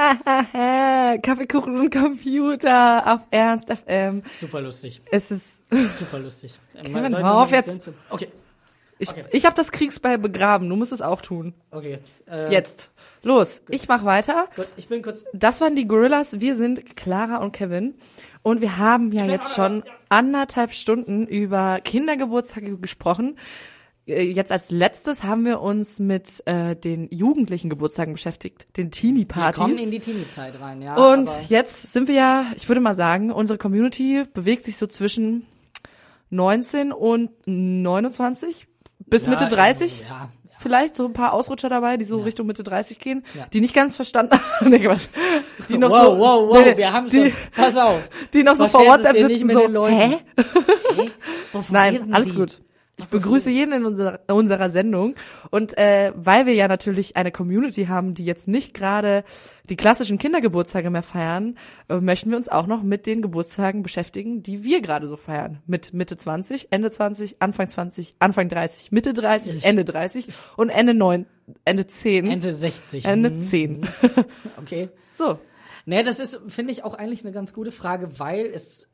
Speaker 2: Kaffeekuchen und Computer auf Ernst F M.
Speaker 1: Super lustig.
Speaker 2: Es ist,
Speaker 1: Super lustig.
Speaker 2: Kevin, hör auf jetzt.
Speaker 1: Okay,
Speaker 2: ich,
Speaker 1: Okay.
Speaker 2: ich habe das Kriegsbeil begraben. Du musst es auch tun.
Speaker 1: okay. Äh,
Speaker 2: Jetzt. Los. Ich mach weiter.
Speaker 1: Gut, ich bin kurz...
Speaker 2: Das waren die Gorillas. Wir sind Clara und Kevin. Und wir haben ja jetzt schon anderthalb Stunden über Kindergeburtstage gesprochen. Äh, Jetzt als letztes haben wir uns mit äh, den jugendlichen Geburtstagen beschäftigt, den
Speaker 1: Wir
Speaker 2: Teenie-Partys.
Speaker 1: kommen in die Teenie-Zeit rein, ja.
Speaker 2: Und
Speaker 1: aber
Speaker 2: jetzt sind wir ja, ich würde mal sagen, unsere Community bewegt sich so zwischen neunzehn und neunundzwanzig bis
Speaker 1: ja,
Speaker 2: Mitte dreißig.
Speaker 1: Ja,
Speaker 2: Vielleicht so ein paar Ausrutscher dabei, die so Richtung Mitte dreißig gehen,
Speaker 1: Ja.
Speaker 2: die nicht ganz verstanden haben. Nee, Quatsch. Die noch
Speaker 1: wow,
Speaker 2: so,
Speaker 1: wow, wow,
Speaker 2: nee,
Speaker 1: wir haben
Speaker 2: die,
Speaker 1: schon... Pass auf.
Speaker 2: die noch so
Speaker 1: Was
Speaker 2: vor
Speaker 1: scherzest
Speaker 2: WhatsApp
Speaker 1: ihr nicht
Speaker 2: sitzen
Speaker 1: mit
Speaker 2: so,
Speaker 1: den Leuten?
Speaker 2: hä?
Speaker 1: Hä? Wovon
Speaker 2: Nein,
Speaker 1: reden
Speaker 2: alles
Speaker 1: die?
Speaker 2: gut. Ich begrüße jeden in unserer, unserer Sendung. Und äh, weil wir ja natürlich eine Community haben, die jetzt nicht gerade die klassischen Kindergeburtstage mehr feiern, äh, möchten wir uns auch noch mit den Geburtstagen beschäftigen, die wir gerade so feiern. Mit Mitte zwanzig, Ende zwanzig, Anfang zwanzig, Anfang dreißig, Mitte dreißig, Ende dreißig und Ende neun, Ende zehn.
Speaker 1: Ende sechzig.
Speaker 2: Ende
Speaker 1: Mhm.
Speaker 2: zehn.
Speaker 1: Okay.
Speaker 2: So.
Speaker 1: Nee, das ist, finde ich, auch eigentlich eine ganz gute Frage, weil es,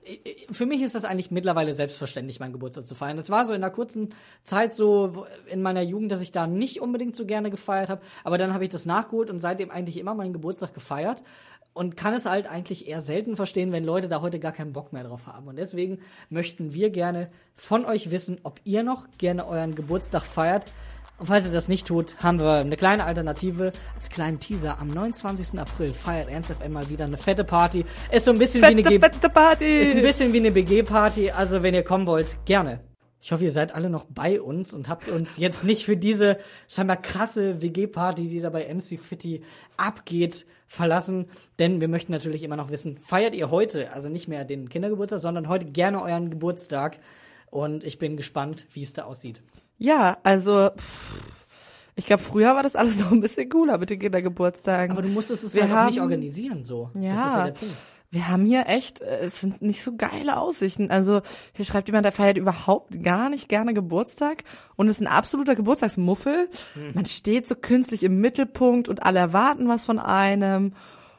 Speaker 1: für mich ist das eigentlich mittlerweile selbstverständlich, meinen Geburtstag zu feiern. Das war so in einer kurzen Zeit so in meiner Jugend, dass ich da nicht unbedingt so gerne gefeiert habe, aber dann habe ich das nachgeholt und seitdem eigentlich immer meinen Geburtstag gefeiert und kann es halt eigentlich eher selten verstehen, wenn Leute da heute gar keinen Bock mehr drauf haben. Und deswegen möchten wir gerne von euch wissen, ob ihr noch gerne euren Geburtstag feiert. Und falls ihr das nicht tut, haben wir eine kleine Alternative als kleinen Teaser. Am neunundzwanzigsten April feiert Ernst F M mal wieder eine fette Party. Ist so ein bisschen wie eine
Speaker 2: Fette,
Speaker 1: G
Speaker 2: fette Party!
Speaker 1: ist ein bisschen wie eine B G-Party. Also wenn ihr kommen wollt, gerne. Ich hoffe, ihr seid alle noch bei uns und habt uns jetzt nicht für diese scheinbar krasse W G-Party, die da bei M C Fitty abgeht, verlassen. Denn wir möchten natürlich immer noch wissen, feiert ihr heute, also nicht mehr den Kindergeburtstag, sondern heute gerne euren Geburtstag. Und ich bin gespannt, wie es da aussieht.
Speaker 2: Ja, also pff, ich glaube, früher war das alles noch ein bisschen cooler mit den Kindergeburtstagen.
Speaker 1: Aber du musstest es
Speaker 2: Wir
Speaker 1: halt auch nicht
Speaker 2: haben-
Speaker 1: organisieren so.
Speaker 2: Ja,
Speaker 1: Das ist ja der Punkt.
Speaker 2: wir haben hier echt, äh, es sind nicht so geile Aussichten. Also hier schreibt jemand, der feiert überhaupt gar nicht gerne Geburtstag und ist ein absoluter Geburtstagsmuffel.
Speaker 1: Hm.
Speaker 2: Man steht so künstlich im Mittelpunkt und alle erwarten was von einem.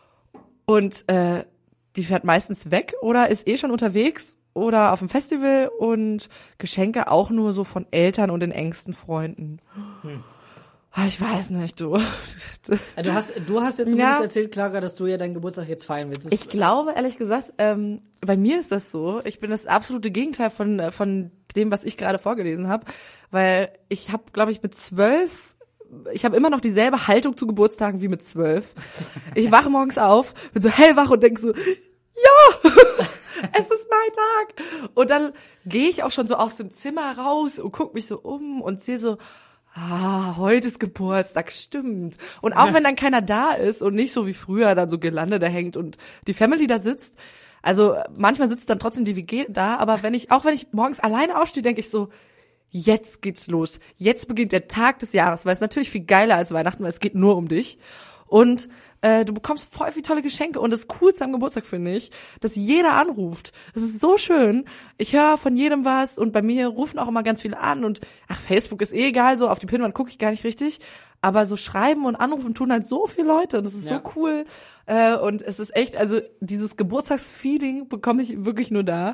Speaker 2: Und äh, die fährt meistens weg oder ist eh schon unterwegs oder auf dem Festival und Geschenke auch nur so von Eltern und den engsten Freunden.
Speaker 1: Hm.
Speaker 2: Ah, ich weiß nicht, du.
Speaker 1: Ja, Du hast, du hast jetzt zumindest
Speaker 2: Ja.
Speaker 1: erzählt, Clara, dass du ja deinen Geburtstag jetzt feiern willst. Das-
Speaker 2: Ich glaube, ehrlich gesagt, ähm, bei mir ist das so. Ich bin das absolute Gegenteil von äh, von dem, was ich gerade vorgelesen habe, weil ich habe, glaube ich, mit zwölf, ich habe immer noch dieselbe Haltung zu Geburtstagen wie mit zwölf. Ich wache morgens auf, bin so hellwach und denke so, ja, es ist mein Tag. Und dann gehe ich auch schon so aus dem Zimmer raus und guck mich so um und sehe so, ah, heute ist Geburtstag, stimmt. Und auch wenn dann keiner da ist und nicht so wie früher dann so Gelande da hängt und die Family da sitzt, also manchmal sitzt dann trotzdem die W G da, aber wenn ich, auch wenn ich morgens alleine aufstehe, denke ich so, jetzt geht's los. Jetzt beginnt der Tag des Jahres, weil es natürlich viel geiler als Weihnachten, weil es geht nur um dich. Und äh, du bekommst voll viele tolle Geschenke. Und das Coolste am Geburtstag finde ich, dass jeder anruft. Das ist so schön. Ich höre von jedem was und bei mir rufen auch immer ganz viele an. Und ach, Facebook ist eh egal, so auf die Pinwand gucke ich gar nicht richtig. Aber so schreiben und anrufen tun halt so viele Leute. Und das ist
Speaker 1: Ja.
Speaker 2: so cool. Äh, und es ist echt, also dieses Geburtstagsfeeling bekomme ich wirklich nur da.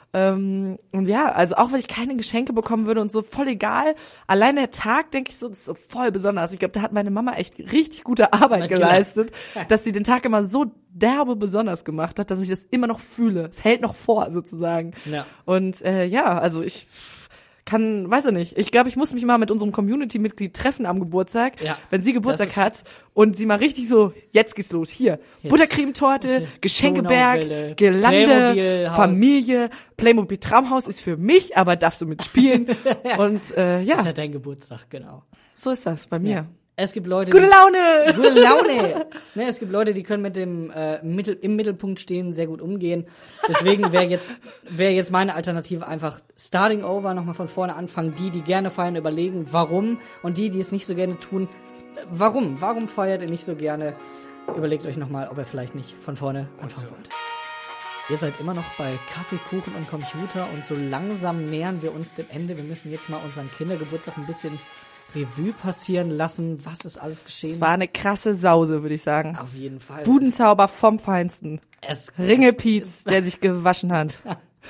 Speaker 2: Ähm, und ja, also auch wenn ich keine Geschenke bekommen würde und so, voll egal. Allein der Tag, denke ich so, das ist so voll besonders. Ich glaube, da hat meine Mama echt richtig gute Arbeit geleistet, dass sie den Tag immer so derbe besonders gemacht hat, dass ich das immer noch fühle. Es hält noch vor, sozusagen.
Speaker 1: Ja.
Speaker 2: Und äh, ja, also ich kann, weiß ich nicht. Ich glaube, ich muss mich mal mit unserem Community-Mitglied treffen am Geburtstag,
Speaker 1: ja,
Speaker 2: wenn sie Geburtstag hat und sie mal richtig so, jetzt geht's los, hier, jetzt. Buttercremetorte, Geschenkeberg, Girlande, Familie, Playmobil Traumhaus ist für mich, aber darfst du mitspielen. Und äh, ja.
Speaker 1: Das ist ja dein Geburtstag, genau.
Speaker 2: So ist das bei mir.
Speaker 1: Ja. Es gibt Leute,
Speaker 2: gute Laune!
Speaker 1: Gute Laune! Ne, es gibt Leute, die können mit dem äh, Mittel, im Mittelpunkt stehen sehr gut umgehen. Deswegen wäre jetzt wäre jetzt meine Alternative einfach starting over, nochmal von vorne anfangen. Die, die gerne feiern, überlegen, warum. Und die, die es nicht so gerne tun, warum? Warum feiert ihr nicht so gerne? Überlegt euch nochmal, ob ihr vielleicht nicht von vorne anfangen wollt. Ihr seid immer noch bei Kaffee, Kuchen und Computer und so langsam nähern wir uns dem Ende. Wir müssen jetzt mal unseren Kindergeburtstag ein bisschen Revue passieren lassen. Was ist alles geschehen?
Speaker 2: Es war eine krasse Sause, würde ich sagen.
Speaker 1: Auf jeden Fall.
Speaker 2: Budenzauber vom Feinsten.
Speaker 1: Es,
Speaker 2: Ringelpiez, der sich gewaschen hat.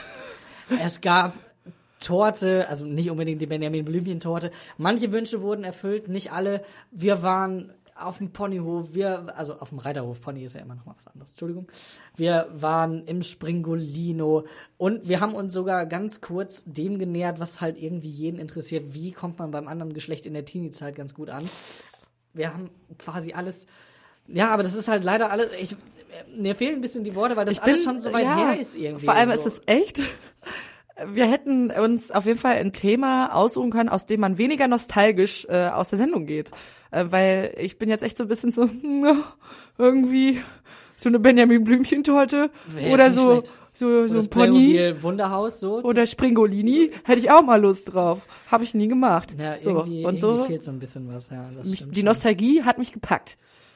Speaker 1: Es gab Torte, also nicht unbedingt die Benjamin Blümchen-Torte. Manche Wünsche wurden erfüllt, nicht alle. Wir waren auf dem Ponyhof, wir, also auf dem Reiterhof, Pony ist ja immer noch mal was anderes, Entschuldigung. Wir waren im Springolino und wir haben uns sogar ganz kurz dem genähert, was halt irgendwie jeden interessiert, wie kommt man beim anderen Geschlecht in der Teenie-Zeit ganz gut an. Wir haben quasi alles, ja, aber das ist halt leider alles, ich, mir fehlen ein bisschen die Worte, weil das
Speaker 2: ich bin,
Speaker 1: alles schon so weit
Speaker 2: ja,
Speaker 1: her ist irgendwie.
Speaker 2: Vor allem
Speaker 1: so.
Speaker 2: ist es echt, wir hätten uns auf jeden Fall ein Thema aussuchen können, aus dem man weniger nostalgisch äh, aus der Sendung geht. Äh, weil ich bin jetzt echt so ein bisschen so, irgendwie so eine Benjamin Blümchen-Torte oder so, so, so ein Pony.
Speaker 1: Wunderhaus, so.
Speaker 2: Oder Springolini, hätte ich auch mal Lust drauf. Habe ich nie gemacht.
Speaker 1: Ja,
Speaker 2: so.
Speaker 1: irgendwie,
Speaker 2: Und
Speaker 1: irgendwie
Speaker 2: so
Speaker 1: fehlt so ein bisschen was, ja. Das
Speaker 2: mich,
Speaker 1: stimmt
Speaker 2: die
Speaker 1: schon.
Speaker 2: Nostalgie hat mich gepackt.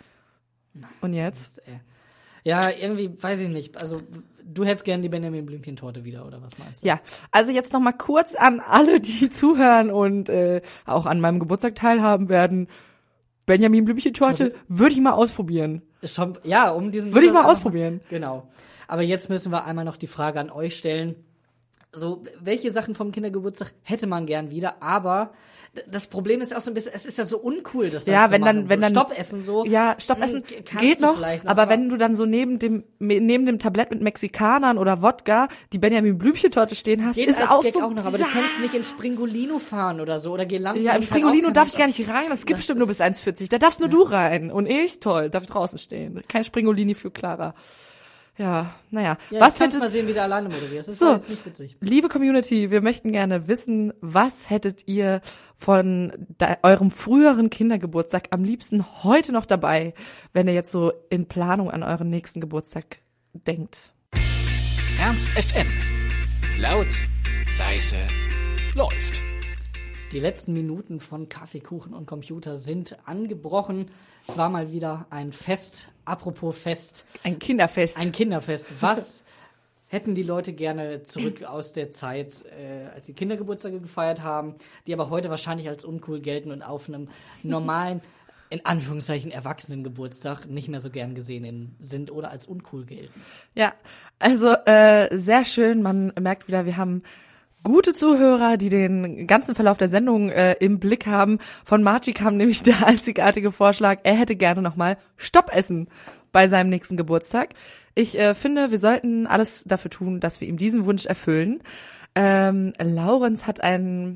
Speaker 2: Und jetzt?
Speaker 1: Das, äh, ja, irgendwie, weiß ich nicht. Also, du hättest gern die Benjamin Blümchen-Torte wieder, oder was meinst du?
Speaker 2: Ja, also jetzt noch mal kurz an alle, die zuhören und äh, auch an meinem Geburtstag teilhaben werden. Benjamin Blümchen-Torte würde ich mal ausprobieren.
Speaker 1: Schon, ja, um diesen...
Speaker 2: Würde ich mal ausprobieren.
Speaker 1: Mal, genau. Aber jetzt müssen wir einmal noch die Frage an euch stellen. So, welche Sachen vom Kindergeburtstag hätte man gern wieder, aber das Problem ist ja auch so ein bisschen, es ist ja so uncool, das dann
Speaker 2: ja,
Speaker 1: zu
Speaker 2: wenn
Speaker 1: machen.
Speaker 2: dann, wenn
Speaker 1: so
Speaker 2: dann
Speaker 1: Stoppessen so.
Speaker 2: Ja, Stoppessen
Speaker 1: hm,
Speaker 2: geht noch,
Speaker 1: noch,
Speaker 2: aber,
Speaker 1: aber
Speaker 2: wenn du dann so neben dem neben dem Tablett mit Mexikanern oder Wodka die Benjamin Blümchen-Torte stehen hast,
Speaker 1: geht
Speaker 2: ist
Speaker 1: als
Speaker 2: auch
Speaker 1: Gag
Speaker 2: so.
Speaker 1: auch noch, aber du kannst nicht in Springolino fahren oder so oder Girlanden.
Speaker 2: Ja, im
Speaker 1: halt
Speaker 2: Springolino
Speaker 1: auch
Speaker 2: darf ich
Speaker 1: keine-
Speaker 2: gar nicht rein, das gibt
Speaker 1: Das
Speaker 2: bestimmt nur
Speaker 1: ist-
Speaker 2: bis eins vierzig. Da darfst nur du rein und ich, toll, darf draußen stehen. Kein Springolini für Clara. Ja, naja.
Speaker 1: Ja,
Speaker 2: was
Speaker 1: was kannst
Speaker 2: hättet,
Speaker 1: mal sehen, wie der alleine moderiert. Das ist
Speaker 2: So.
Speaker 1: so. Jetzt nicht witzig.
Speaker 2: liebe Community, wir möchten gerne wissen, was hättet ihr von de- eurem früheren Kindergeburtstag am liebsten heute noch dabei, wenn ihr jetzt so in Planung an euren nächsten Geburtstag denkt?
Speaker 3: Ernst F M. Laut, leise, läuft.
Speaker 1: Die letzten Minuten von Kaffee, Kuchen und Computer sind angebrochen. Es war mal wieder ein Fest. Apropos Fest.
Speaker 2: Ein Kinderfest.
Speaker 1: Ein Kinderfest. Was hätten die Leute gerne zurück aus der Zeit, äh, als sie Kindergeburtstage gefeiert haben, die aber heute wahrscheinlich als uncool gelten und auf einem normalen, in Anführungszeichen, Erwachsenengeburtstag nicht mehr so gern gesehen in, sind oder als uncool gelten?
Speaker 2: Ja, also äh, sehr schön. Man merkt wieder, wir haben gute Zuhörer, die den ganzen Verlauf der Sendung äh, im Blick haben. Von Marci kam nämlich der einzigartige Vorschlag, er hätte gerne nochmal Stoppessen bei seinem nächsten Geburtstag. Ich äh, finde, wir sollten alles dafür tun, dass wir ihm diesen Wunsch erfüllen. Ähm, Laurenz hat einen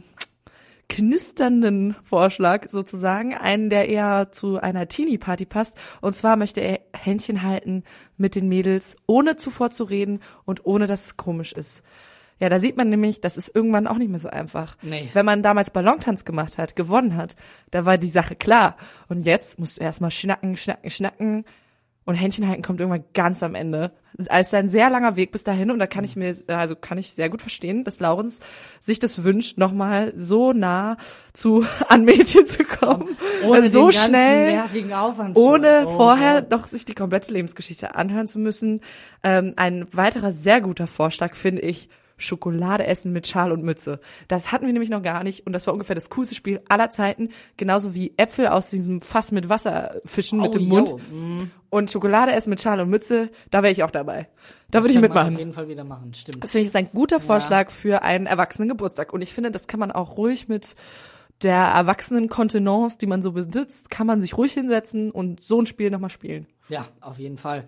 Speaker 2: knisternden Vorschlag sozusagen, einen, der eher zu einer Teenie-Party passt. Und zwar möchte er Händchen halten mit den Mädels, ohne zuvor zu reden und ohne, dass es komisch ist. Ja, da sieht man nämlich, das ist irgendwann auch nicht mehr so einfach.
Speaker 1: Nee.
Speaker 2: Wenn man damals Ballontanz gemacht hat, gewonnen hat, da war die Sache klar. Und jetzt musst du erstmal schnacken, schnacken, schnacken. Und Händchen halten kommt irgendwann ganz am Ende. Es ist ein sehr langer Weg bis dahin und da kann ich mir, also kann ich sehr gut verstehen, dass Laurenz sich das wünscht, nochmal so nah zu an Mädchen zu kommen.
Speaker 1: Ohne
Speaker 2: so
Speaker 1: den ganzen
Speaker 2: schnell,
Speaker 1: nervigen Aufwand.
Speaker 2: ohne
Speaker 1: Oh
Speaker 2: vorher
Speaker 1: Gott.
Speaker 2: noch sich die komplette Lebensgeschichte anhören zu müssen. Ähm, ein weiterer sehr guter Vorschlag finde ich, Schokolade essen mit Schal und Mütze. Das hatten wir nämlich noch gar nicht und das war ungefähr das coolste Spiel aller Zeiten. Genauso wie Äpfel aus diesem Fass mit Wasser fischen mit
Speaker 1: Oh,
Speaker 2: dem
Speaker 1: yo.
Speaker 2: Mund.
Speaker 1: Mm.
Speaker 2: Und Schokolade essen mit Schal und Mütze, da wäre ich auch dabei. Da
Speaker 1: Das
Speaker 2: würde ich
Speaker 1: kann man
Speaker 2: mitmachen.
Speaker 1: auf jeden Fall wieder machen, stimmt.
Speaker 2: Das finde ich ist ein guter Vorschlag für einen Erwachsenengeburtstag. Und ich finde, das kann man auch ruhig mit der erwachsenen Kontenance, die man so besitzt, kann man sich ruhig hinsetzen und so ein Spiel nochmal spielen.
Speaker 1: Ja, auf jeden Fall.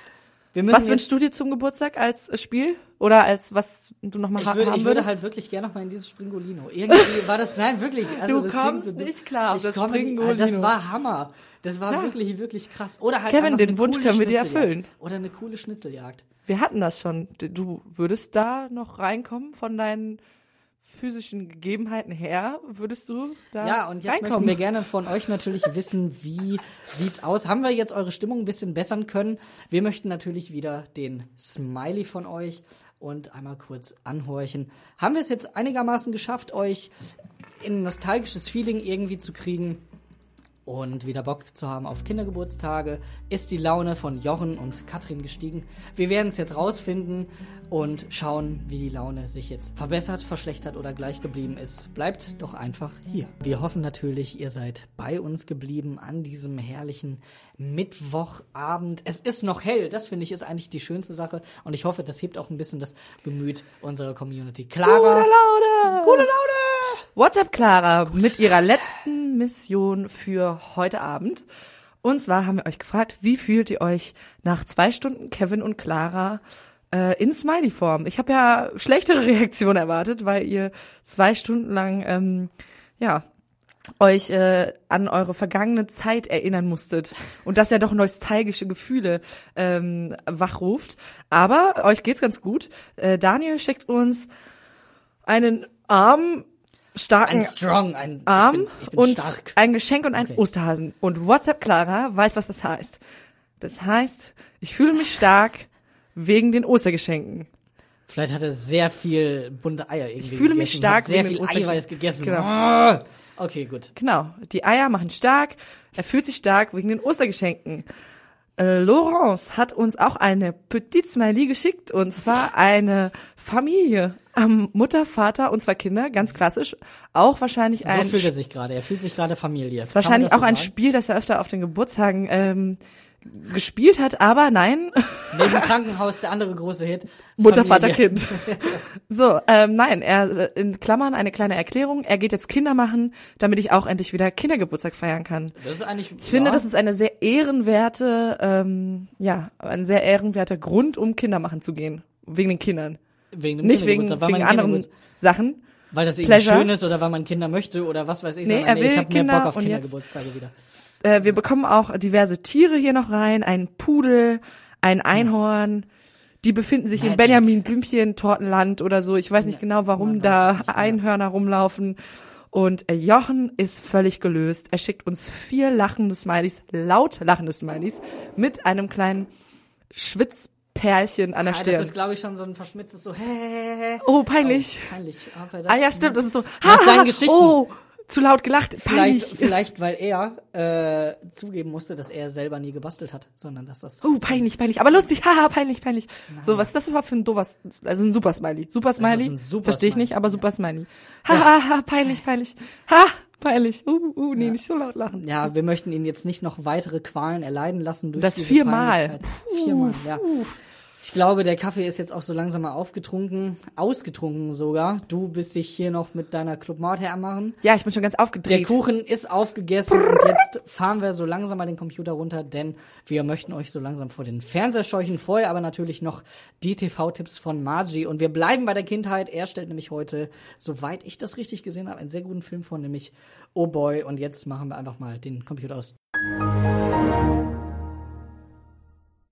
Speaker 1: Wir müssen
Speaker 2: Was
Speaker 1: jetzt-
Speaker 2: wünschst du dir zum Geburtstag als äh, Spiel? Oder als was du nochmal
Speaker 1: Ich
Speaker 2: ha-
Speaker 1: würde,
Speaker 2: haben
Speaker 1: ich würde
Speaker 2: würdest?
Speaker 1: halt wirklich gerne noch mal in dieses Springolino. Irgendwie war das, nein, wirklich. Also
Speaker 2: Du
Speaker 1: das
Speaker 2: kommst
Speaker 1: klingt so-
Speaker 2: nicht klar auf
Speaker 1: ich
Speaker 2: das
Speaker 1: komme nicht-
Speaker 2: Springolino.
Speaker 1: Das war Hammer. Das war
Speaker 2: Ja.
Speaker 1: wirklich, wirklich krass. Oder halt
Speaker 2: Kevin,
Speaker 1: einfach
Speaker 2: den
Speaker 1: eine
Speaker 2: Wunsch
Speaker 1: coole
Speaker 2: können wir dir
Speaker 1: Schnitzeljagd.
Speaker 2: erfüllen.
Speaker 1: Oder eine coole Schnitzeljagd.
Speaker 2: Wir hatten das schon. Du würdest da noch reinkommen von deinen physischen Gegebenheiten her? Würdest du da
Speaker 1: Ja, und jetzt möchten
Speaker 2: reinkommen?
Speaker 1: wir gerne von euch natürlich wissen, wie sieht's aus? Haben wir jetzt eure Stimmung ein bisschen bessern können? Wir möchten natürlich wieder den Smiley von euch und einmal kurz anhorchen. Haben wir es jetzt einigermaßen geschafft, euch in ein nostalgisches Feeling irgendwie zu kriegen und wieder Bock zu haben auf Kindergeburtstage? Ist die Laune von Jochen und Katrin gestiegen? Wir werden es jetzt rausfinden und schauen, wie die Laune sich jetzt verbessert, verschlechtert oder gleich geblieben ist. Bleibt doch einfach hier. Wir hoffen natürlich, ihr seid bei uns geblieben an diesem herrlichen Mittwochabend. Es ist noch hell, das finde ich ist eigentlich die schönste Sache und ich hoffe, das hebt auch ein bisschen das Gemüt unserer Community. Clara,
Speaker 2: Gute Laune!
Speaker 1: gute Laune!
Speaker 2: WhatsApp Clara mit ihrer letzten Mission für heute Abend. Und zwar haben wir euch gefragt, wie fühlt ihr euch nach zwei Stunden Kevin und Clara äh, in Smiley-Form? Ich habe ja schlechtere Reaktionen erwartet, weil ihr zwei Stunden lang ähm, ja euch äh, an eure vergangene Zeit erinnern musstet und das ja doch nostalgische Gefühle ähm, wachruft. Aber euch geht's ganz gut. Äh, Daniel schickt uns einen Arm starken
Speaker 1: Ein Strong, ein
Speaker 2: Arm
Speaker 1: ich bin, ich bin
Speaker 2: und
Speaker 1: stark.
Speaker 2: ein Geschenk und ein
Speaker 1: Okay.
Speaker 2: Osterhasen. Und WhatsApp Clara weiß, was das heißt. Das heißt, ich fühle mich stark wegen den Ostergeschenken.
Speaker 1: Vielleicht hat er sehr viel bunte Eier irgendwie
Speaker 2: Ich fühle mich
Speaker 1: gegessen,
Speaker 2: stark
Speaker 1: hat sehr
Speaker 2: wegen
Speaker 1: viel
Speaker 2: den Ostergeschenken.
Speaker 1: Eiweiß gegessen.
Speaker 2: Genau.
Speaker 1: Ah. Okay, gut.
Speaker 2: Genau, die Eier machen stark. Er fühlt sich stark wegen den Ostergeschenken. Äh, Laurence hat uns auch eine Petite Smiley geschickt, und zwar eine Familie am Mutter, Vater und zwei Kinder, ganz klassisch. Auch wahrscheinlich
Speaker 1: So
Speaker 2: ein
Speaker 1: fühlt er sich gerade. Er fühlt sich gerade Familie.
Speaker 2: ist wahrscheinlich
Speaker 1: Kann
Speaker 2: auch
Speaker 1: man
Speaker 2: ein
Speaker 1: das so
Speaker 2: Spiel, das er öfter auf den Geburtstagen ähm, gespielt hat, aber nein,
Speaker 1: sagen? Neben Krankenhaus der andere große Hit.
Speaker 2: Mutter,
Speaker 1: Familie.
Speaker 2: Vater, Kind. So, ähm, nein, er äh, in Klammern eine kleine Erklärung. Er geht jetzt Kinder machen, damit ich auch endlich wieder Kindergeburtstag feiern kann.
Speaker 1: Das ist eigentlich.
Speaker 2: Ich finde, das ist eine sehr ehrenwerte, ähm, ja, ein sehr ehrenwerter Grund, um Kinder machen zu gehen. Wegen den Kindern.
Speaker 1: wegen dem
Speaker 2: Nicht wegen,
Speaker 1: Kindergeburtstag, weil
Speaker 2: wegen
Speaker 1: man
Speaker 2: anderen
Speaker 1: Kindergeburtstag-
Speaker 2: Sachen.
Speaker 1: Weil das eben
Speaker 2: Pleasure.
Speaker 1: schön ist oder weil man Kinder möchte oder was weiß ich.
Speaker 2: Nee,
Speaker 1: sondern
Speaker 2: er will
Speaker 1: ich habe mehr
Speaker 2: Kinder
Speaker 1: Bock auf
Speaker 2: und jetzt-
Speaker 1: Kindergeburtstage wieder.
Speaker 2: Äh, wir bekommen auch diverse Tiere hier noch rein. Ein Pudel, ein Einhorn. Die befinden sich in
Speaker 1: Magic.
Speaker 2: Benjamin Blümchen Tortenland oder so. Ich weiß nicht genau, warum
Speaker 1: man weiß
Speaker 2: da
Speaker 1: es nicht, ja.
Speaker 2: Einhörner rumlaufen. Und äh, Jochen ist völlig gelöst. Er schickt uns vier lachende Smileys, laut lachende Smileys, mit einem kleinen Schwitzperlchen an der
Speaker 1: Ah, das
Speaker 2: Stirn.
Speaker 1: ist, glaube ich, schon so ein verschmitztes so. Hä?
Speaker 2: Oh, peinlich.
Speaker 1: Oh, peinlich. Aber das-
Speaker 2: Ah ja, stimmt, das ist so.
Speaker 1: Nach seinen
Speaker 2: Ha,
Speaker 1: Geschichten.
Speaker 2: oh, zu laut gelacht.
Speaker 1: Vielleicht,
Speaker 2: Peinlich.
Speaker 1: vielleicht, weil er äh, zugeben musste, dass er selber nie gebastelt hat, sondern dass das.
Speaker 2: Oh, peinlich, peinlich, aber lustig, haha, peinlich, peinlich. So, was ist das überhaupt für ein doofes, also ein Super Smiley. Super Smiley,
Speaker 1: ein super
Speaker 2: verstehe ich
Speaker 1: Smiley,
Speaker 2: nicht, aber Super Smiley. Haha, ha, peinlich, peinlich. Ha, peinlich. Uh, uh, nee, nicht so laut lachen.
Speaker 1: Ja, wir möchten ihn jetzt nicht noch weitere Qualen erleiden lassen durch
Speaker 2: Das
Speaker 1: diese
Speaker 2: viermal.
Speaker 1: Peinlichkeit. Viermal, ja. Ich glaube, der Kaffee ist jetzt auch so langsam mal aufgetrunken, ausgetrunken sogar. Du bist dich hier noch mit deiner Club Mord hermachen.
Speaker 2: Ja, ich bin schon ganz
Speaker 1: Der
Speaker 2: aufgedreht.
Speaker 1: Kuchen ist aufgegessen und jetzt fahren wir so langsam mal den Computer runter, denn wir möchten euch so langsam vor den Fernseher scheuchen. Vorher aber natürlich noch die T V-Tipps von Margie und wir bleiben bei der Kindheit. Er stellt nämlich heute, soweit ich das richtig gesehen habe, einen sehr guten Film vor, nämlich Oh Boy. Und jetzt machen wir einfach mal den Computer aus.